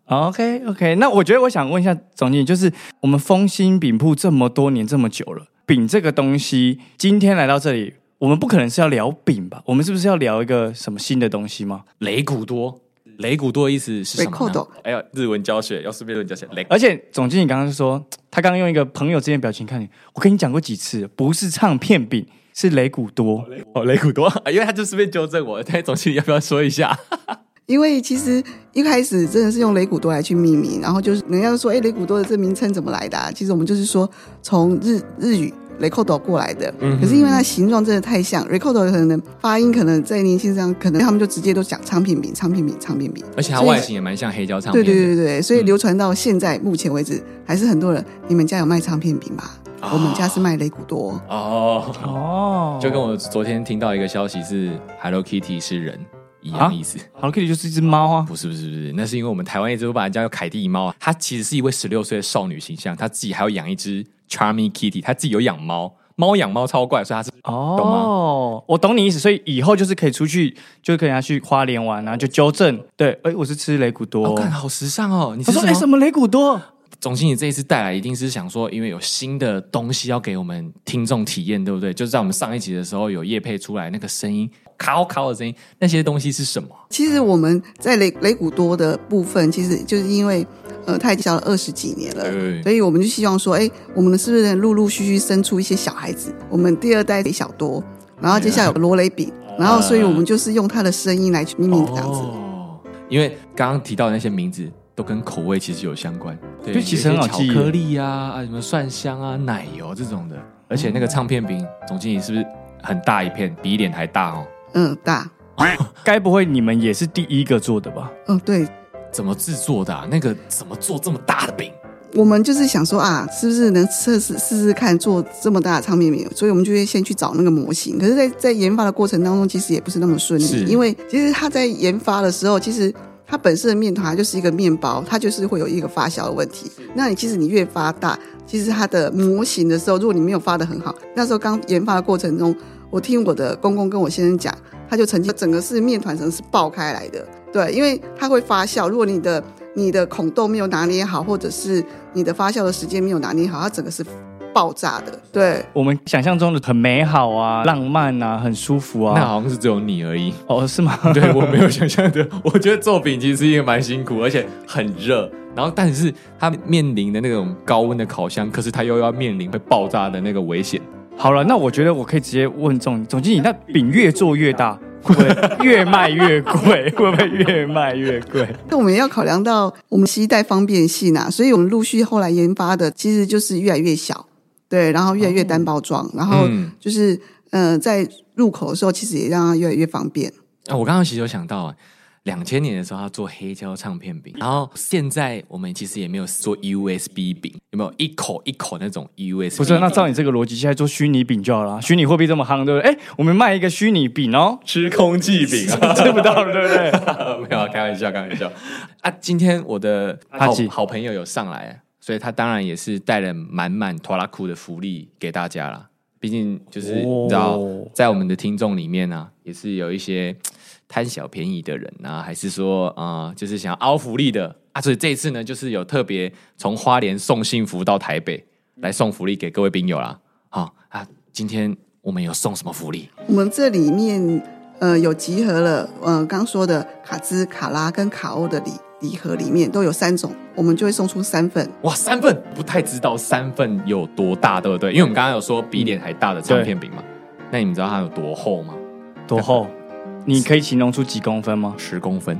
OK， 那我觉得我想问一下总经理，就是我们丰兴饼铺这么多年这么久了，饼这个东西今天来到这里，我们不可能是要聊饼吧？我们是不是要聊一个什么新的东西吗？
雷古多的意思是什么呢？
哎
呀，日文教学要顺便日文教学。
而且总经理刚刚说，他刚刚用一个朋友之间的表情看你，我跟你讲过几次，不是唱片饼，是雷古多。
雷古多，因为他就顺便纠正我。但总经理要不要说一下？
因为其实一开始真的是用雷古多来去命名，然后就是人家说，雷古多的这名称怎么来的其实我们就是说从日语雷扣斗过来的，可是因为它形状真的太像，雷扣斗可能发音可能在年轻上，可能他们就直接都讲唱片饼，
而且它外形也蛮像黑胶唱片的。
对，所以流传到现在目前为止，还是很多人，你们家有卖唱片饼吗？我们家是卖雷古多。
就跟我昨天听到一个消息是 Hello Kitty 是人一样意思。
Hello Kitty 就是一只猫啊？
不是，那是因为我们台湾一直都把人家叫凯蒂猫，她其实是一位16岁的少女形象，她自己还有养一只 Charming Kitty， 她自己有养猫养猫超怪，所以她是懂吗？
我懂你意思，所以以后就是可以出去，就可以去花莲玩，然后就纠正，对，我是吃雷古多，
看好时尚哦。你
是说什么雷古多？
总经理这一次带来一定是想说，因为有新的东西要给我们听众体验，对不对？就是在我们上一集的时候有业配出来那个声音，咔的声音，那些东西是什么？
其实我们在雷古多的部分，其实就是因为他已经教了20几年了，所以我们就希望说，我们是不是陆续生出一些小孩子？我们第2代雷小多，然后接下来有罗雷饼，然后所以我们就是用他的声音来命名这样子。
因为刚刚提到的那些名字都跟口味其实有相关，对，
就其实很好记，
巧克力啊，什么蒜香啊、奶油这种的。而且那个唱片饼，总经理是不是很大一片，比脸还大哦？
大。
该不会你们也是第一个做的吧？
对。
怎么制作的那个怎么做这么大的饼？
我们就是想说是不是能试试看做这么大的唱片饼，所以我们就会先去找那个模型。可是在研发的过程当中，其实也不是那么顺利，因为其实他在研发的时候，其实它本身的面团就是一个面包，它就是会有一个发酵的问题。那其实你越发大，其实它的模型的时候，如果你没有发得很好，那时候刚研发的过程中，我听我的公公跟我先生讲，他就曾经整个是面团整个是爆开来的。对，因为它会发酵，如果你的孔洞没有拿捏好，或者是你的发酵的时间没有拿捏好，它整个是爆炸的。对，
我们想象中的很美好啊、浪漫啊、很舒服啊，
那好像是只有你而已。
是吗？
对，我没有想象的。我觉得做饼其实是一个蛮辛苦，而且很热。然后，但是它面临的那种高温的烤箱，可是它又要面临会爆炸的那个危险。
好了，那我觉得我可以直接问总经理，那饼越做越大，会不会越卖越贵？会不会越卖越贵？
那我们也要考量到我们携带方便性所以我们陆续后来研发的其实就是越来越小，对，然后越来越单包装，然后就是在入口的时候，其实也让它越来越方便。
我刚刚其实有想到2000年的时候他做黑胶唱片饼，然后现在我们其实也没有做 USB 饼，有没有一口一口那种 USB？
不是，那照你这个逻辑，现在做虚拟饼就好了。虚拟货币这么夯，对不对？我们卖一个虚拟饼
吃空气饼
吃不到了，对不对？
没有，开玩笑今天我的好朋友有上来，所以他当然也是带了满拖拉库的福利给大家啦。毕竟就是你知道，在我们的听众里面也是有一些贪小便宜的人还是说就是想要凹福利的所以这一次呢，就是有特别从花莲送幸福到台北来送福利给各位兵友啦。今天我们有送什么福利？
我们这里面有集合了刚说的卡兹、卡拉跟卡欧的礼盒里面都有3种，我们就会送出3份。
哇，3份！不太知道3份有多大，对不对？因为我们刚刚有说比脸还大的唱片饼嘛，那你们知道它有多厚吗？
多厚？你可以形容出几公分吗
？10公分。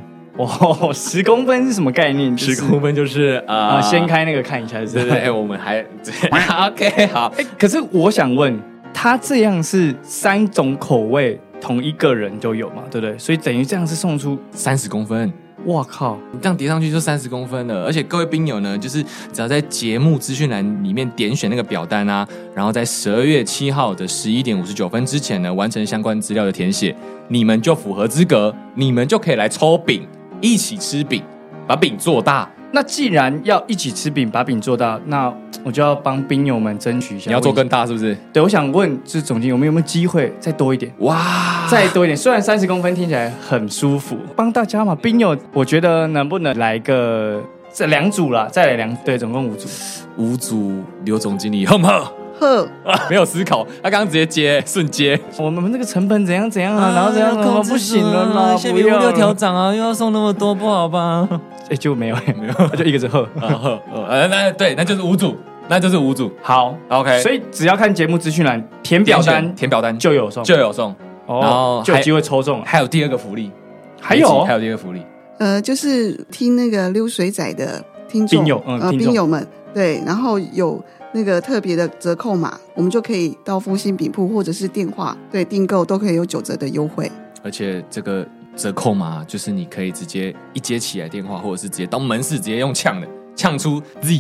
10公分是什么概念
？10公分就是
掀开那个看一下，
对，我们还OK 好。
可是我想问，它这样是3种口味，同一个人就有嘛，对不对？所以等于这样是送出
30公分。
哇靠！
你这样叠上去就30公分了，而且各位兵友呢，就是只要在节目资讯栏里面点选那个表单然后在12月7号的11点59分之前呢，完成相关资料的填写，你们就符合资格，你们就可以来抽饼，一起吃饼，把饼做大。
那既然要一起吃饼，把饼做大，那我就要帮兵友们争取一下。
你要做更大是不是？
对，我想问就是总经理，我们有没有机会再多一点？
哇，
再多一点！虽然30公分听起来很舒服，帮大家嘛，兵友，我觉得能不能来个这2组啦，再来对，总共5组。
5组刘总经理，呵不呵？
呵，
没有思考，他刚刚直接接，瞬接。
我们这个成本怎样啊，然后怎样不行了啦，
先别5、6条涨啊，又要送那么多，不好吧？
就没有，就一个是呵，
那就是5组，那就是5组。
好
，OK。
所以只要看节目资讯栏填表单就有送，然后就有机会抽中。
还有第2个福利，
还有
第2个福利，
就是听那个溜水仔的听众兵友们，对，然后有那个特别的折扣码，我们就可以到丰兴饼铺或者是电话对订购都可以有9折的优惠。
而且这个折扣码就是你可以直接一接起来电话，或者是直接到门市直接用呛的，呛出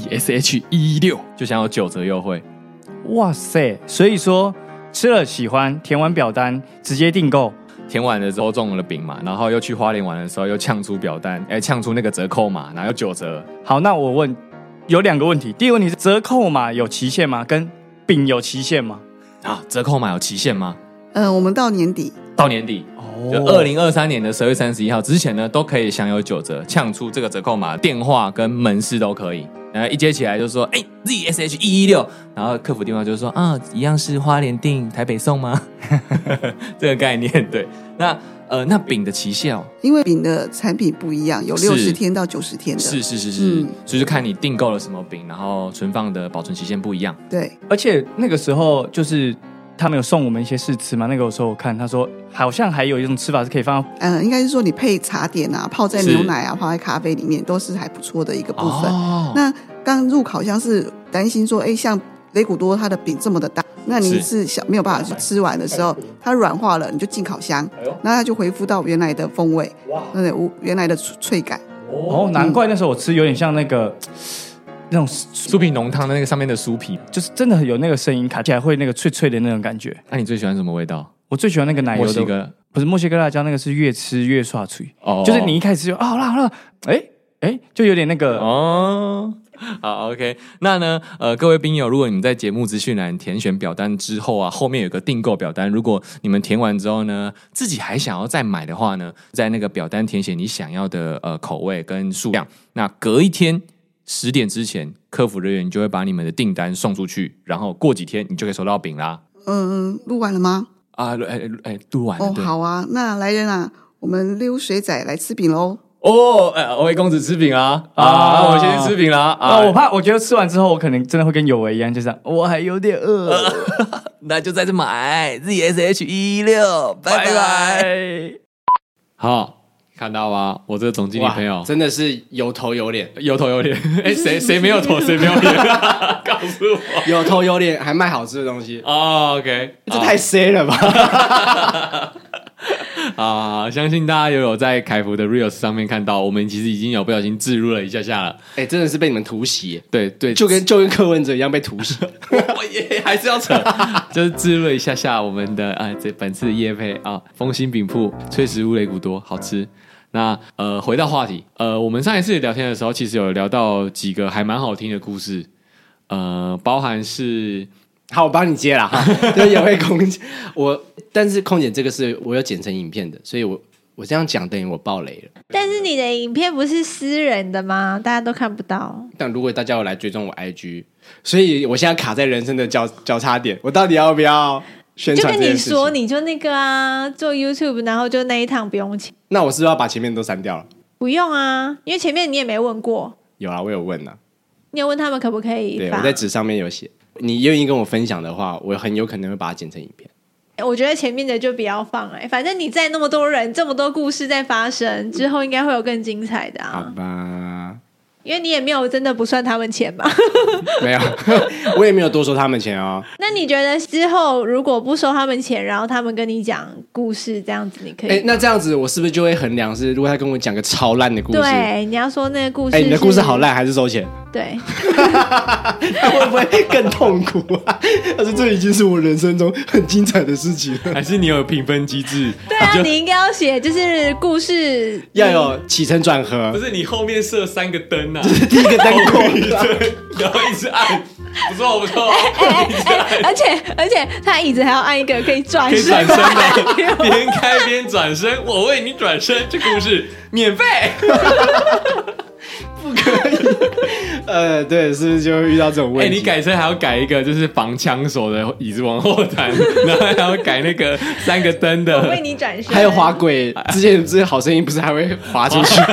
ZSH116 就想有9折优惠。
哇塞！所以说吃了喜欢，填完表单直接订购，
填完的时候中了饼嘛，然后又去花莲玩的时候又呛出表单，呛出那个折扣码，然后有9折。
好，那我问有2个问题，第一个问题是折扣码有期限吗？跟饼有期限吗？
折扣码有期限吗？
我们到年底，
就2023年的12月31号之前呢，都可以享有9折，呛出这个折扣码，电话跟门市都可以。然后一接起来就说ZSH116，然后客服电话就说一样是花莲订台北送吗？这个概念对。那饼的期限
因为饼的产品不一样，有60天到90天的，
是，所以就看你订购了什么饼，然后存放的保存期限不一样。
对，
而且那个时候就是他们有送我们一些试吃嘛，那个时候我看他说好像还有一种吃法是可以放到
应该是说你配茶点啊，泡在牛奶啊，泡在咖啡里面，都是还不错的一个部分。那刚入烤箱是担心说像雷古多它的饼这么的大，那你是没有办法吃完的时候它软化了，你就进烤箱，那它就恢复到原来的风味，原来的脆感。
难怪那时候我吃有点像那种
酥皮浓汤的那个上面的酥皮，
就是真的有那个声音，卡起来会那个脆脆的那种感觉。
那你最喜欢什么味道？
我最喜欢那个奶油的，不是墨西哥辣椒，那个是越吃越刷脆，就是你一开始就好了，就有点那个
好 ，OK， 那呢，各位兵友，如果你们在节目资讯栏填选表单之后啊，后面有个订购表单，如果你们填完之后呢，自己还想要再买的话呢，在那个表单填写你想要的口味跟数量，那隔一天10点之前，客服人员就会把你们的订单送出去，然后过几天你就可以收到饼啦。
录完了吗？
录完了。
好啊，那来人啊，我们溜水仔来吃饼喽。
伟公子吃饼啊！我先去吃饼啦！
我觉得吃完之后，我可能真的会跟有为一样，就是我还有点饿，
那就在这买 ZSH116，拜拜。好，看到吗？我这个总经理朋友
真的是有头有脸，
谁没有头，谁没有脸？告诉我，
有头有脸还卖好吃的东西。
OK，
这太 C 了吧？
相信大家有在凯服的 Reels 上面看到，我们其实已经有不小心置入了一下了。
真的是被你们突袭。
对，
就跟柯文哲一样被突袭。
我也还是要扯，就是置入了一下我们的这本次的业配丰兴饼铺脆食物雷古多好吃。那回到话题，我们上一次聊天的时候，其实有聊到几个还蛮好听的故事，包含是。
好，我帮你接啦。就也会空姐但是空姐这个是我有剪成影片的，所以我这样讲等于我爆雷了。
但是你的影片不是私人的吗？大家都看不到。
但如果大家有来追踪我 IG， 所以我现在卡在人生的交叉点，我到底要不要宣传这件事情？
就跟你说，你就那个做 YouTube， 然后就那一趟不用钱。
那我是不是要把前面都删掉了？
不用啊，因为前面你也没问过。
有啊，我有问啊。
你有问他们可不可以发？
对，我在纸上面有写。你愿意跟我分享的话，我很有可能会把它剪成影片。
我觉得前面的就不要放反正你在那么多人这么多故事在发生之后，应该会有更精彩的
好吧，
因为你也没有真的不算他们钱嘛。
没有，我也没有多收他们钱哦。
那你觉得之后如果不收他们钱，然后他们跟你讲故事，这样子你可以
那这样子我是不是就会衡量是，如果他跟我讲个超烂的故事，
对，你要说那个故事
你的故事好烂还是收钱？
对。
那会不会更痛苦啊？但是这已经是我人生中很精彩的事情了。
还是你有评分机制？
对啊，你应该要写，就是故事
要有起承转合。
不是你后面设3个灯啊，
就是第一个灯光，
然后一直按，不错。
而且他椅子还要按一个可以转身
的，边开边转身，我为你转身，这故事免费。
不可以。对，是不是就会遇到这种问题？
你改车还要改一个就是防枪手的椅子往后弹，然后还要改那个3个灯的，
我为你转身，
还有滑轨。之前好声音不是还会滑出去？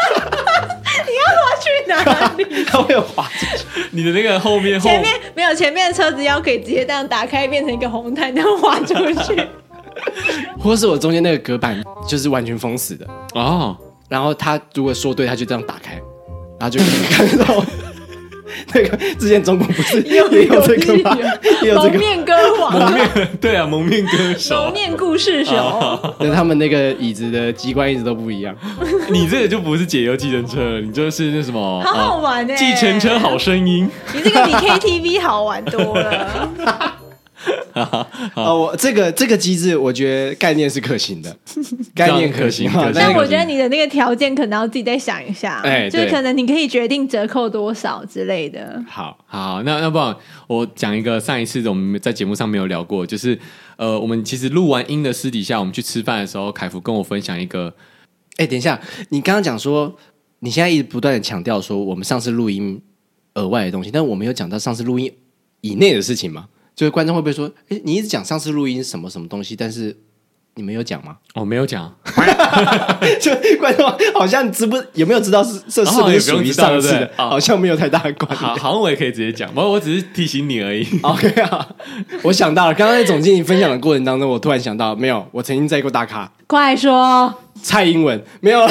去哪里？
它会有滑出去。
你的那个前
面没有，前面的车子要可以直接这样打开，变成一个红毯，这样滑出去。
或是我中间那个隔板就是完全封死的
哦，
然后他如果说对，他就这样打开，然后就可以看到那个之前中国不是也有这个吗？也有这个
蒙面歌王，
对啊，蒙面歌手，
蒙面故事手。
那他们那个椅子的机关一直都不一样。
你这个就不是解忧计程车了，你就是那什么，
好好玩哎！
计程车好声音，
你这个比 KTV 好玩多了。
我这个机制，我觉得概念是可行的，概念可行。
但我觉得你的那个条件可能要自己再想一下，就是可能你可以决定折扣多少之类的。
好，那不然我讲一个上一次我们在节目上没有聊过，就是我们其实录完音的私底下，我们去吃饭的时候，凯福跟我分享一个。
等一下，你刚刚讲说，你现在一直不断的强调说我们上次录音额外的东西，但我们有讲到上次录音以内的事情吗？就是观众会不会说，你一直讲上次录音什么什么东西，但是你们有讲吗？
没有讲。
就观众好像有没有知道这是不是属于上次的？好像没有太大的关联。
好像我也可以直接讲，我只是提醒你而已。
OK 啊，我想到了，刚刚在总经理分享的过程当中，我突然想到，没有，我曾经载过大咖。
快说。
蔡英文没有了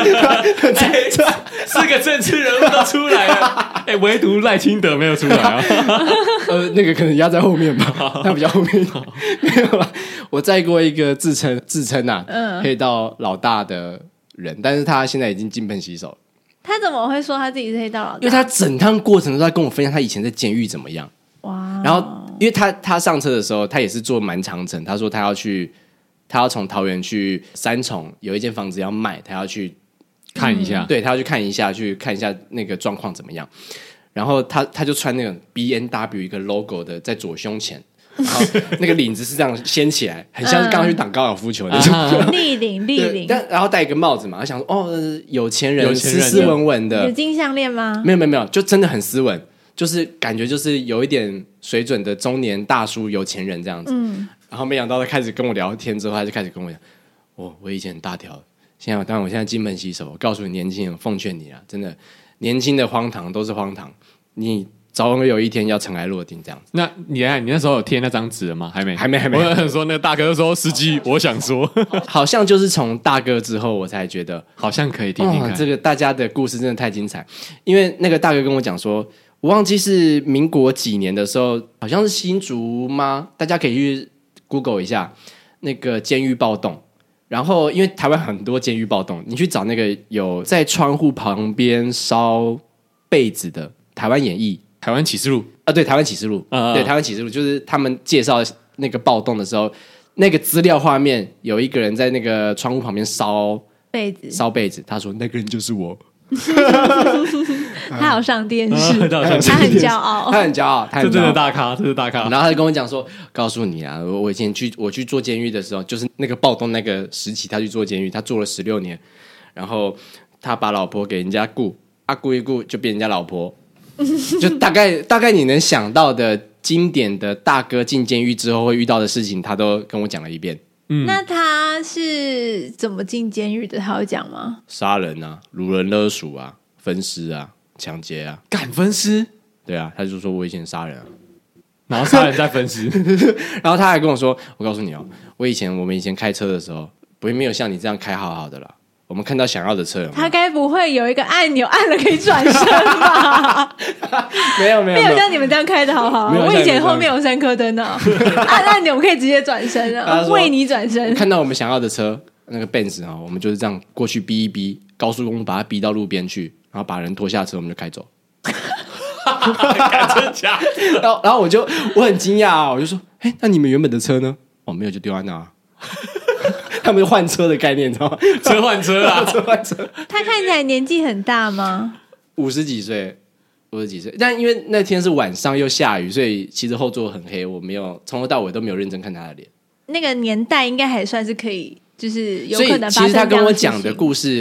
4个政治人物都出来了，唯独赖清德没有出来啊。
那个可能压在后面吧，他比较后面。没有了，我载过一个自称可以到老大的人，但是他现在已经金盆洗手了。
他怎么会说他自己是黑道老大？
因为他整趟过程都在跟我分享他以前在监狱怎么样。哇！然后因为他上车的时候，他也是坐蛮长程，他说他要从桃园去三重，有一间房子要卖，他要去
看一下。
对，他要去看一下那个状况怎么样。然后他就穿那种 BNW 一个 logo 的在左胸前，然后那个领子是这样掀起来，很像是刚刚去打高尔夫球那种
立领。
然后戴一个帽子嘛，他想说有钱人斯文文的。
有金项链吗？
没有，就真的很斯文，就是感觉就是有一点水准的中年大叔有钱人这样子。然后没想到他开始跟我聊天之后，他就开始跟我讲，我以前很大条，当然我现在金盆洗手。我告诉你年轻人，奉劝你啊，真的年轻的荒唐都是荒唐，你早晚有一天要尘埃落定这样子。
那你那时候有贴那张纸了吗？还没。我有说那个大哥说司机，我想说，
好像就是从大哥之后，我才觉得
好像可以听听看。
这个大家的故事真的太精彩，因为那个大哥跟我讲说，我忘记是民国几年的时候，好像是新竹吗？大家可以去 Google 一下那个监狱暴动。然后因为台湾很多监狱暴动，你去找那个有在窗户旁边烧被子的台湾演艺
台湾启示录
对，台湾启示录对，台湾启示录就是他们介绍那个暴动的时候，那个资料画面有一个人在那个窗户旁边烧被子，他说那个人就是我。
他有上电视，他很骄傲，
他
这真的大咖，这是大咖。
然后他就跟我讲说，告诉你啊，我以前我去做监狱的时候，就是那个暴动那个时期，他去做监狱，他做了16年，然后他把老婆给人家顾一顾就变人家老婆，就大概你能想到的经典的大哥进监狱之后会遇到的事情，他都跟我讲了一遍。
那他是怎么进监狱的？他有讲吗？
杀人啊，掳人勒赎啊，分尸啊，抢劫啊，
敢分尸？
对啊，他就说我以前杀人啊，
然后杀人再分尸，
然后他还跟我说，我告诉你哦，我们以前开车的时候，不会没有像你这样开好好的啦。我们看到想要的车有没有，
他该不会有一个按钮按了可以转身吧？
没有
像你们这样开的好好。我以前后面有3颗灯呢，按钮可以直接转身啊，为你转身。
看到我们想要的车，那个 Benz 我们就是这样过去逼一逼，高速公路把它逼到路边去，然后把人拖下车，我们就开走。
真假？
然后我很惊讶啊，我就说，那你们原本的车呢？没有，就丢在那。他们换车的概念，你知道吗？
车换车啊，
车换车。
他看起来年纪很大吗
？50几岁，但因为那天是晚上又下雨，所以其实后座很黑，我没有从头到尾都没有认真看他的脸。
那个年代应该还算是可以，就是有可能发生。
所以其实他跟我讲的故事，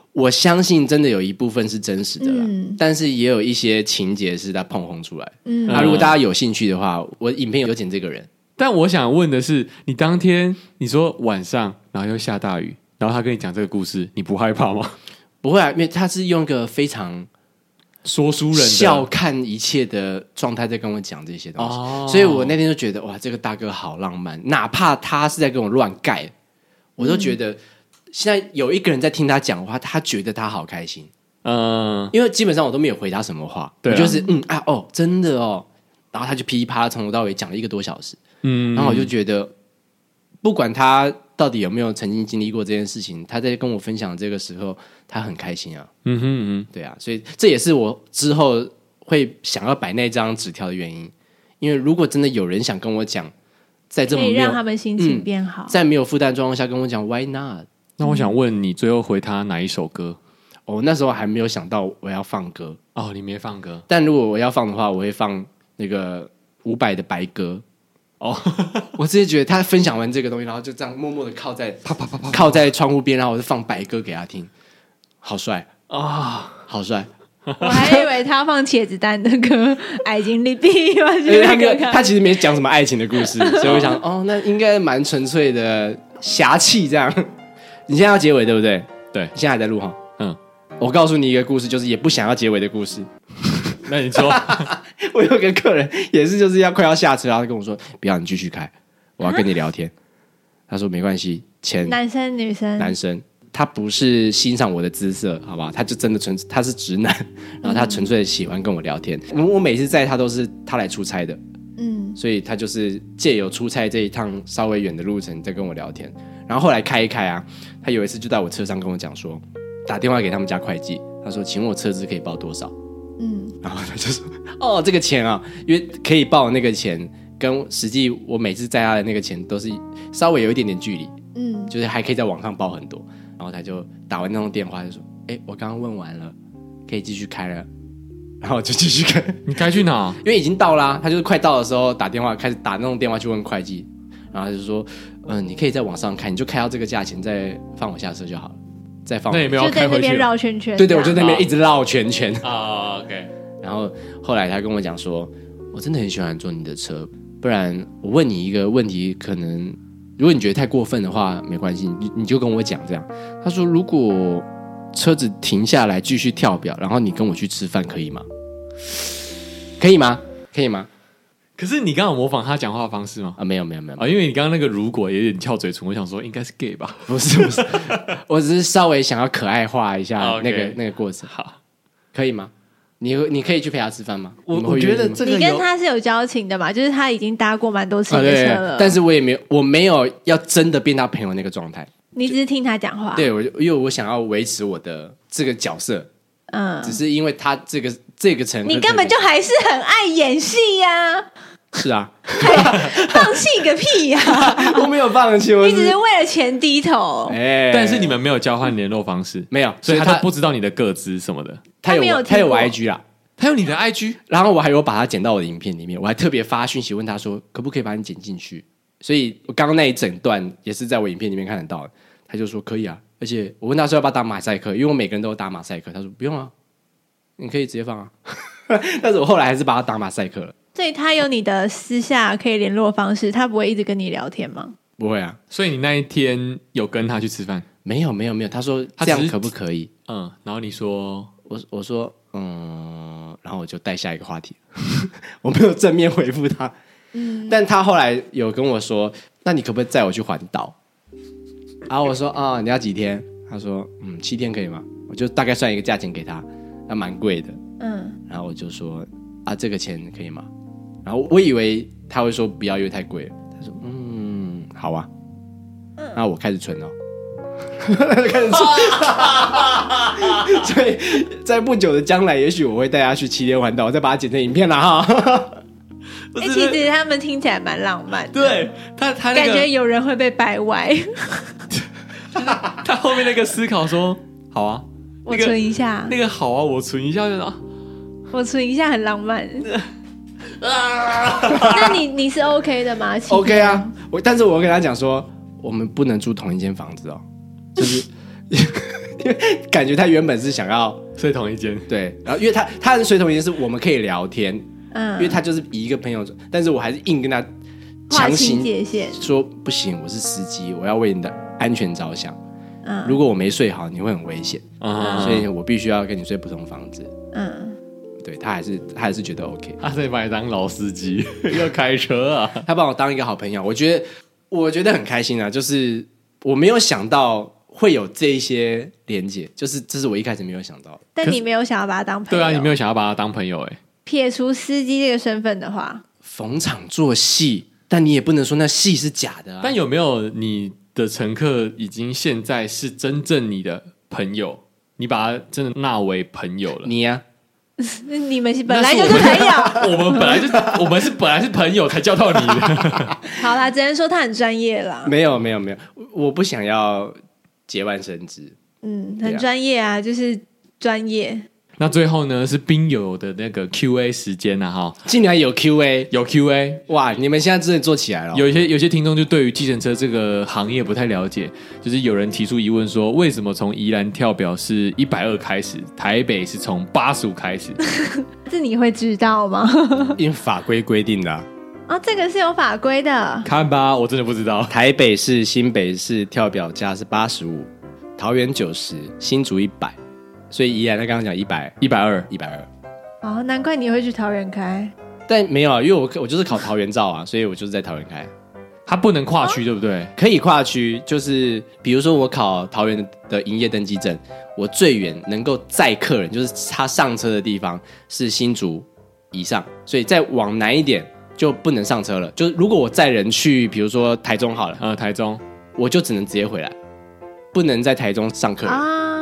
我相信真的有一部分是真实的啦，但是也有一些情节是他碰轰出来。如果大家有兴趣的话，我影片有剪这个人。
但我想问的是，你当天你说晚上，然后又下大雨，然后他跟你讲这个故事，你不害怕吗？
不会啊，因为他是用一个非常
说书人的
笑看一切的状态在跟我讲这些东西，所以我那天就觉得哇，这个大哥好浪漫，哪怕他是在跟我乱盖，我都觉得现在有一个人在听他讲话，他觉得他好开心。因为基本上我都没有回他什么话，我就是真的哦，然后他就噼里啪啦从头到尾讲了1个多小时，然后我就觉得不管他到底有没有曾经经历过这件事情，他在跟我分享这个时候他很开心啊。对啊，所以这也是我之后会想要摆那张纸条的原因，因为如果真的有人想跟我讲，在这么
可以让他们心情变好，
在没有负担状况下跟我讲 Why not？
那我想问你最后回他哪一首歌？
那时候还没有想到我要放歌
你没放歌，
但如果我要放的话，我会放那个伍佰的白歌。我直接觉得他分享完这个东西，然后就这样默默的靠在窗户边，然后我就放白歌给他听，好帅啊，好帅！
我还以为他放茄子蛋的歌《爱情里必》，
他其实没讲什么爱情的故事，所以我想那应该蛮纯粹的侠气这样。你现在要结尾对不对？
对，
现在还在录哈。我告诉你一个故事，就是也不想要结尾的故事。
那你说，
我有个客人也是，就是快要下车，然后他跟我说：“不要，你继续开，我要跟你聊天。”他说：“没关系，
男生女生，
男生，他不是欣赏我的姿色，好不好？他就真的他是直男，然后他纯粹的喜欢跟我聊天。我每次载他都是他来出差的，所以他就是借由出差这一趟稍微远的路程在跟我聊天。然后后来开一开啊，他有一次就在我车上跟我讲说。”打电话给他们家会计，他说：“请问我车资可以报多少？”然后他就说：“这个钱啊，因为可以报的那个钱跟实际我每次载他的那个钱都是稍微有一点点距离，就是还可以在网上报很多。”然后他就打完那通电话就说：“我刚刚问完了，可以继续开了。”然后我就继续开。
你开去哪？
因为已经到啦，他就是快到的时候打电话，开始打那种电话去问会计，然后他就说：“你可以在网上开，你就开到这个价钱，再放我下车就好了。”再放，
那也没有开回去，
就在那边绕圈圈。
对，我就在那边一直绕圈圈
OK。
然后后来他跟我讲说，我真的很喜欢坐你的车，不然我问你一个问题，可能如果你觉得太过分的话，没关系，你就跟我讲这样。他说，如果车子停下来继续跳表，然后你跟我去吃饭，可以吗？可以吗？可以吗？
可是你刚刚有模仿他讲话的方式吗？
没有
因为你刚刚那个如果有点翘嘴唇，我想说应该是 gay 吧？
不是，我只是稍微想要可爱化一下那个过程。
好，
可以吗？你可以去陪他吃饭吗？
我觉得这个
你跟他是有交情的嘛，就是他已经搭过蛮多次的车了，
但是我没有要真的变他朋友那个状态，
你只是听他讲话。
对，因为我想要维持我的这个角色，只是因为他这个成分，
你根本就还是很爱演戏呀。
是啊，
放弃个屁呀！
我没有放弃，
你只是为了钱低头。
但是你们没有交换联络方式，
没有，
所以他都不知道你的个资什么的。
他有我 IG 啦，
他有你的 IG，
然后我还有把他剪到我的影片里面，我还特别发讯息问他说，可不可以把你剪进去？所以我刚刚那一整段也是在我影片里面看得到的。他就说可以啊，而且我问他说要不要打马赛克，因为我每个人都有打马赛克，他说不用啊，你可以直接放啊。但是我后来还是把他打马赛克了。
所以他有你的私下可以联络方式，他不会一直跟你聊天吗？
不会啊。
所以你那一天有跟他去吃饭？
没有，他说这样可不可以？
然后你说，
我说然后我就带下一个话题，我没有正面回复他。但他后来有跟我说，那你可不可以载我去环岛？然后我说你要几天？他说7天可以吗？我就大概算一个价钱给他，那蛮贵的。然后我就说这个钱可以吗？然后我以为他会说不要，因为太贵了。他说好啊。然后我开始存了。开始存。所以在不久的将来，也许我会带他去7天环岛，我再把它剪成影片啦哈。
其实他们听起来蛮浪漫的。
对他那个
感觉有人会被掰歪。
他后面那个思考说好啊，
我存一下。
那个好啊，我存一下
我存一下很浪漫。那你是 OK 的吗
？OK 啊，但是我跟他讲说，我们不能住同一间房子哦，就是感觉他原本是想要
睡同一间，
对，然后因为他睡同一间是我们可以聊天，因为他就是以一个朋友，但是我还是硬跟他强行
界限
说不行，我是司机，我要为你的安全着想。如果我没睡好，你会很危险，所以我必须要跟你睡不同房子。对，他还是觉得 OK，
他是把你当老司机要开车啊，
他把我当一个好朋友，我觉得很开心啊，就是我没有想到会有这一些连结，就是这是我一开始没有想到的。
但你没有想要把他当朋友？
对啊，你没有想要把他当朋友
撇除司机这个身份的话，
逢场作戏，但你也不能说那戏是假的啊。
但有没有你的乘客已经现在是真正你的朋友，你把他真的纳为朋友了？
你啊，
你们本来就是朋友，
我们本来是朋友才叫到你的。
好啦，只能说他很专业啦。
没有，我不想要节外生枝。
很专业啊，就是专业。
那最后呢是冰友的那个 Q&A 时间啊，哈，
竟然有 Q&A，
有 Q&A， 哇！
你们现在真的做起来了。
有些听众就对于计程车这个行业不太了解，就是有人提出疑问说，为什么从宜兰跳表是120开始，台北是从85开始？
这你会知道吗？
因为法规规定的
这个是有法规的。
看吧，我真的不知道。
台北市、新北市跳表价是85，桃园90，新竹100。所以宜兰他刚刚讲120，
难怪你会去桃园开。
但没有啊，因为我就是考桃园照啊，所以我就是在桃园开。
他不能跨区，对不对？
可以跨区，就是比如说我考桃园的营业登记证，我最远能够载客人，就是他上车的地方是新竹以上，所以再往南一点就不能上车了。就是如果我载人去，比如说台中好了，
台中，
我就只能直接回来，不能在台中上客人。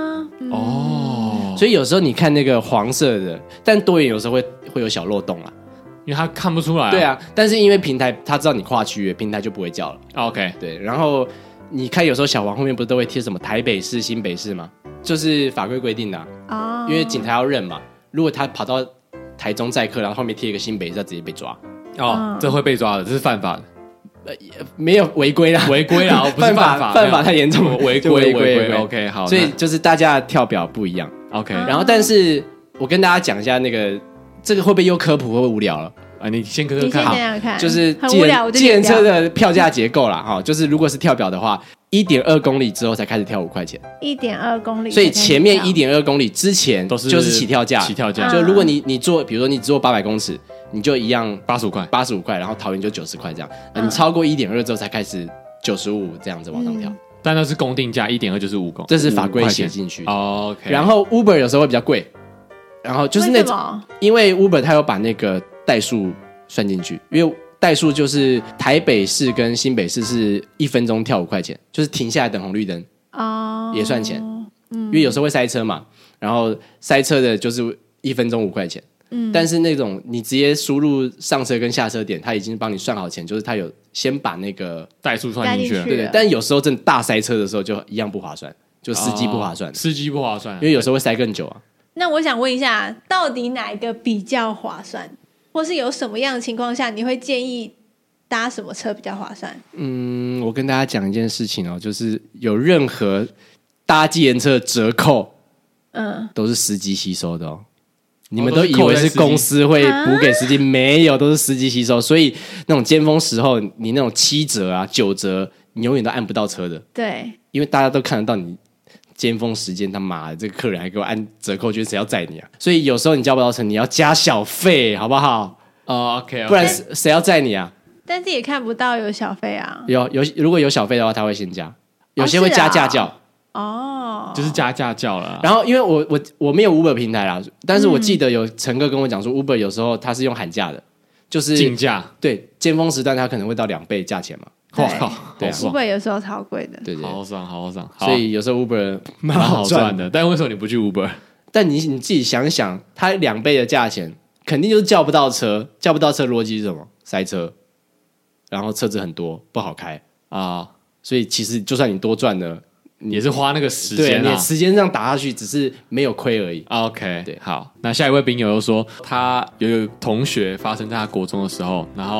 所以有时候你看那个黄色的，但多元有时候会有小漏洞啦，
因为他看不出来。
对啊，但是因为平台他知道你跨区，平台就不会叫了。
OK，
对。然后你看有时候小黄后面不是都会贴什么台北市、新北市吗？就是法规规定的因为警察要认嘛。如果他跑到台中载客，然后后面贴一个新北市，他直接被抓。
这会被抓的，这是犯法的。
没有违规啦，
违规啦，不是
犯法太严重了，
违规。OK， 好，
所以就是大家跳表不一样。
OK，
然后但是我跟大家讲一下那个，这个会不会又科普，会不会无聊了？
你先科普看，
就是计程车的票价结构啦，就是如果是跳表的话，1.2公里之后才开始跳5块钱。
1.2公里，
所以前面1.2公里之前就是起跳价。就如果你做，比如说你做800公尺，你就一样85块，然后桃园就90块这样。你超过1.2之后才开始95这样子往上跳。
但那是公定价，1.2就是5公，
这是法规写进去的。
OK，
然后 Uber 有时候会比较贵，然后就是那种，因为 Uber 它有把那个代数算进去，因为代数就是台北市跟新北市是1分钟跳5块钱，就是停下来等红绿灯也算钱。因为有时候会塞车嘛，然后塞车的就是1分钟5块钱。但是那种你直接输入上车跟下车点，他已经帮你算好钱，就是他有先把那个
代数算进去了。
对，但有时候真的大塞车的时候就一样不划算，就司机不划算，因为有时候会塞更久啊。
那我想问一下，到底哪一个比较划算，或是有什么样的情况下你会建议搭什么车比较划算？
我跟大家讲一件事情哦，就是有任何搭计程车的折扣，都是司机吸收的哦。你们都以为是公司会补给司机，没有，都是司机吸收。所以那种尖峰时候，你那种7折啊、9折，你永远都按不到车的。
对，
因为大家都看得到你尖峰时间，他妈的这个客人还给我按折扣，觉得谁要载你啊？所以有时候你叫不到车，你要加小费，好不好
？OK，
不然谁要载你啊？
但是也看不到有小费啊。
如果有小费的话，他会先加，有些会加驾教。
就是加驾教了。
然后因为我没有 Uber 平台啦，但是我记得有乘客跟我讲说，Uber 有时候他是用喊价的，就是
竞价。
对，尖峰时段他可能会到2倍价钱嘛。
哇靠，
对 ，Uber 有时候超贵的。
对，
好爽。
所以有时候 Uber 蛮好赚的。
但为什么你不去 Uber？
但你自己想想，他2倍的价钱，肯定就是叫不到车。叫不到车逻辑是什么？塞车，然后车子很多，不好开啊。所以其实就算你多赚了，
也是花那个时间
你时间上打下去，只是没有亏而已。
OK， 对，好。那下一位兵友又说，他有一个同学发生在他国中的时候，然后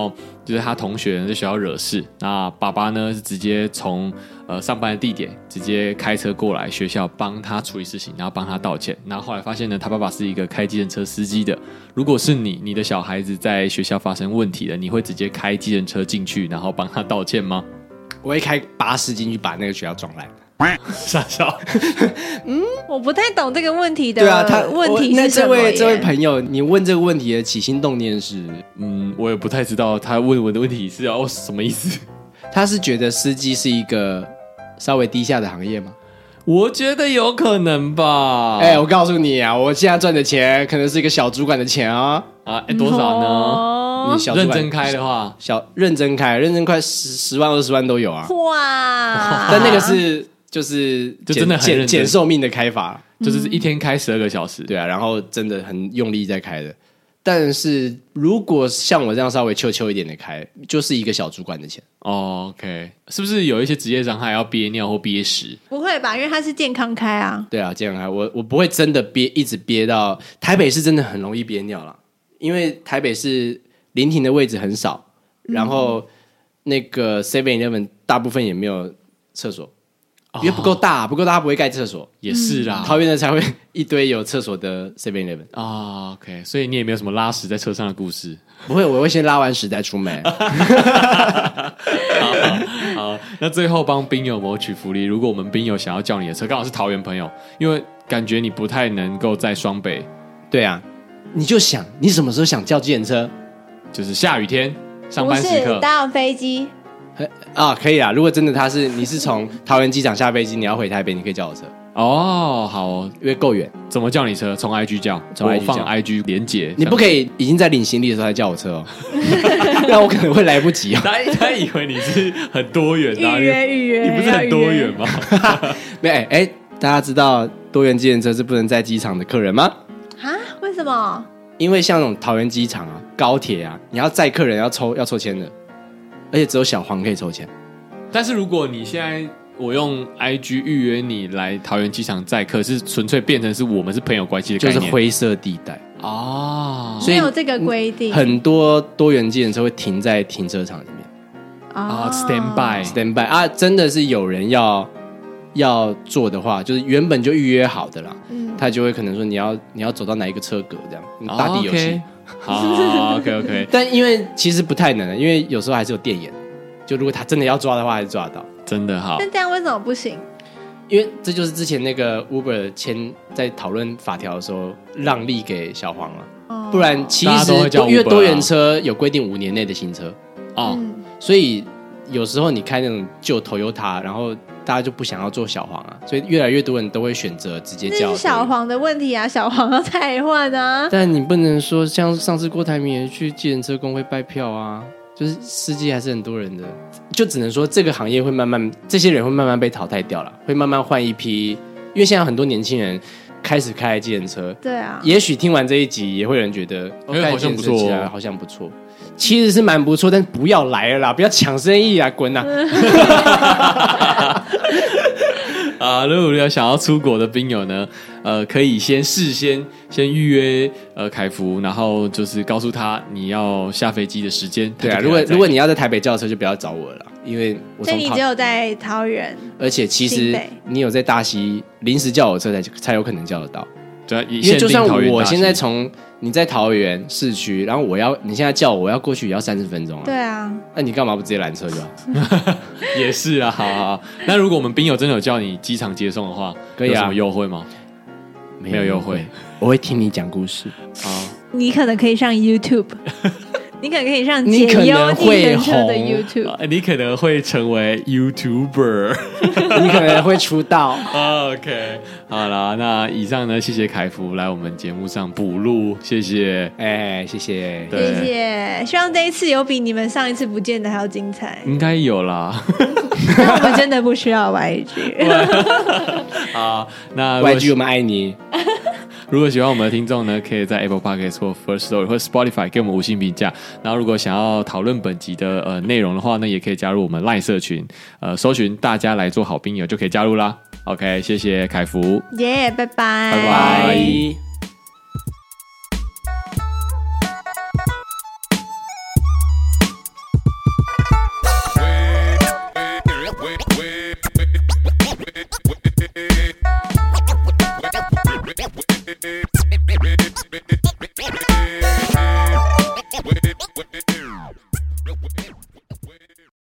就是他同学在学校惹事，那爸爸呢是直接从上班的地点直接开车过来学校帮他处理事情，然后帮他道歉。然后后来发现呢，他爸爸是一个开计程车司机的。如果是你的小孩子在学校发生问题了，你会直接开计程车进去，然后帮他道歉吗？
我会开巴士进去把那个学校撞烂。
傻笑。
我不太懂这个问题的。
对啊，
问题是什么？
那这位朋友，你问这个问题的起心动念是？
我也不太知道他问我的问题是什么意思。
他是觉得司机是一个稍微低下的行业吗？
我觉得有可能吧。
我告诉你啊，我现在赚的钱可能是一个小主管的钱啊。
多少呢？
你小主管
认真开的话，
认真开10万20万都有啊。
哇！
但那个是就是
真的很
减寿命的开法，
就是一天开12个小时。
对啊，然后真的很用力在开的。但是如果像我这样稍微秋一点的开，就是一个小主管的钱。
OK， 是不是有一些职业伤害要憋尿或憋屎？
不会吧，因为他是健康开啊。
对啊，健康开，我不会真的一直憋到台北市，真的很容易憋尿了，因为台北市临停的位置很少，然后那个 7-Eleven 大部分也没有厕所。因为不够大，他不会盖厕所，
也是啦。
桃园的才会一堆有厕所的 7-Eleven
OK， 所以你也没有什么拉屎在车上的故事。
不会，我会先拉完屎再出门。
好，那最后帮兵友谋取福利，如果我们兵友想要叫你的车，刚好是桃园朋友，因为感觉你不太能够在双北。
对啊，你就想你什么时候想叫计程车？
就是下雨天、上班时刻，
不是搭飞机。
可以啊！如果真的你是从桃园机场下飞机，你要回台北，你可以叫我车。
好，
因为够远。
怎么叫你车？从 IG 叫，我放 IG 连结。
你不可以已经在领行李的时候才叫我车哦，那我可能会来不及哦。
他以为你是很多元啊，
预约，
你不是很多元吗？
大家知道多元计程车是不能在机场的客人吗？
为什么？
因为像那种桃园机场啊、高铁啊，你要载客人要抽签的。而且只有小黄可以抽签，
但是如果你现在我用 IG 预约你来桃园机场载客，是纯粹变成是我们是朋友关系的概念，
就是灰色地带
所以没有这个规定。
很多多元计程车会停在停车场里面
stand by
真的是有人要做的话，就是原本就预约好的啦，他就会可能说你要走到哪一个车格这样，大地游戏。
OK，
但因为其实不太能，因为有时候还是有电眼，就如果他真的要抓的话，还是抓得到。
真的好。
但这样为什么不行？
因为这就是之前那个 Uber 在讨论法条的时候让利给小黄了，不然其实因为多元车有规定5年内的新车所以有时候你开那种旧 Toyota， 然后大家就不想要做小黄啊，所以越来越多人都会选择直接叫。
那是小黄的问题啊，小黄要汰换啊。
但你不能说像上次郭台铭也去计程车工会拜票啊，就是司机还是很多人的，就只能说这个行业会慢慢，这些人会慢慢被淘汰掉了，会慢慢换一批，因为现在很多年轻人开始开计程车。
对啊，
也许听完这一集也会有人觉得
好像不错，
好像不错。其实是蛮不错，但不要来了啦，不要抢生意啊，滚啊！
如果有想要出国的兵友呢，可以先预约凯福，然后就是告诉他你要下飞机的时间。
对啊，如果你要在台北叫车，就不要找我了，因为
所以你只有在桃园，
而且其实你有在大溪临时叫我车才有可能叫得到。
对，
因为就算我现在你在桃园市区，然后你现在叫我要过去也要30分钟啊。
对啊，
那你干嘛不直接拦车就好？
也是啊，好。那如果我们兵友真的有叫你机场接送的话，
可以啊，
有什么优惠吗？没有优惠，
我会听你讲故事。
你可能可以上 YouTube。你可能可以上解忧计程车的 YouTube，
你可能会成为 YouTuber，
你可能会出道。
OK， 好啦，那以上呢，谢谢凯福来我们节目上补录，谢谢，
谢谢，
谢谢，希望这一次有比你们上一次不见的还要精彩，
应该有啦。
那我们真的不需要 YG。
好，那
YG 我们爱你。
如果喜欢我们的听众呢，可以在 Apple Podcast 或 First Story 或 Spotify 给我们5星评价。然后如果想要讨论本集的内容的话呢，也可以加入我们 LINE 社群，搜寻大家来做好兵友就可以加入啦。OK， 谢谢凯福，
耶，拜拜，
拜拜。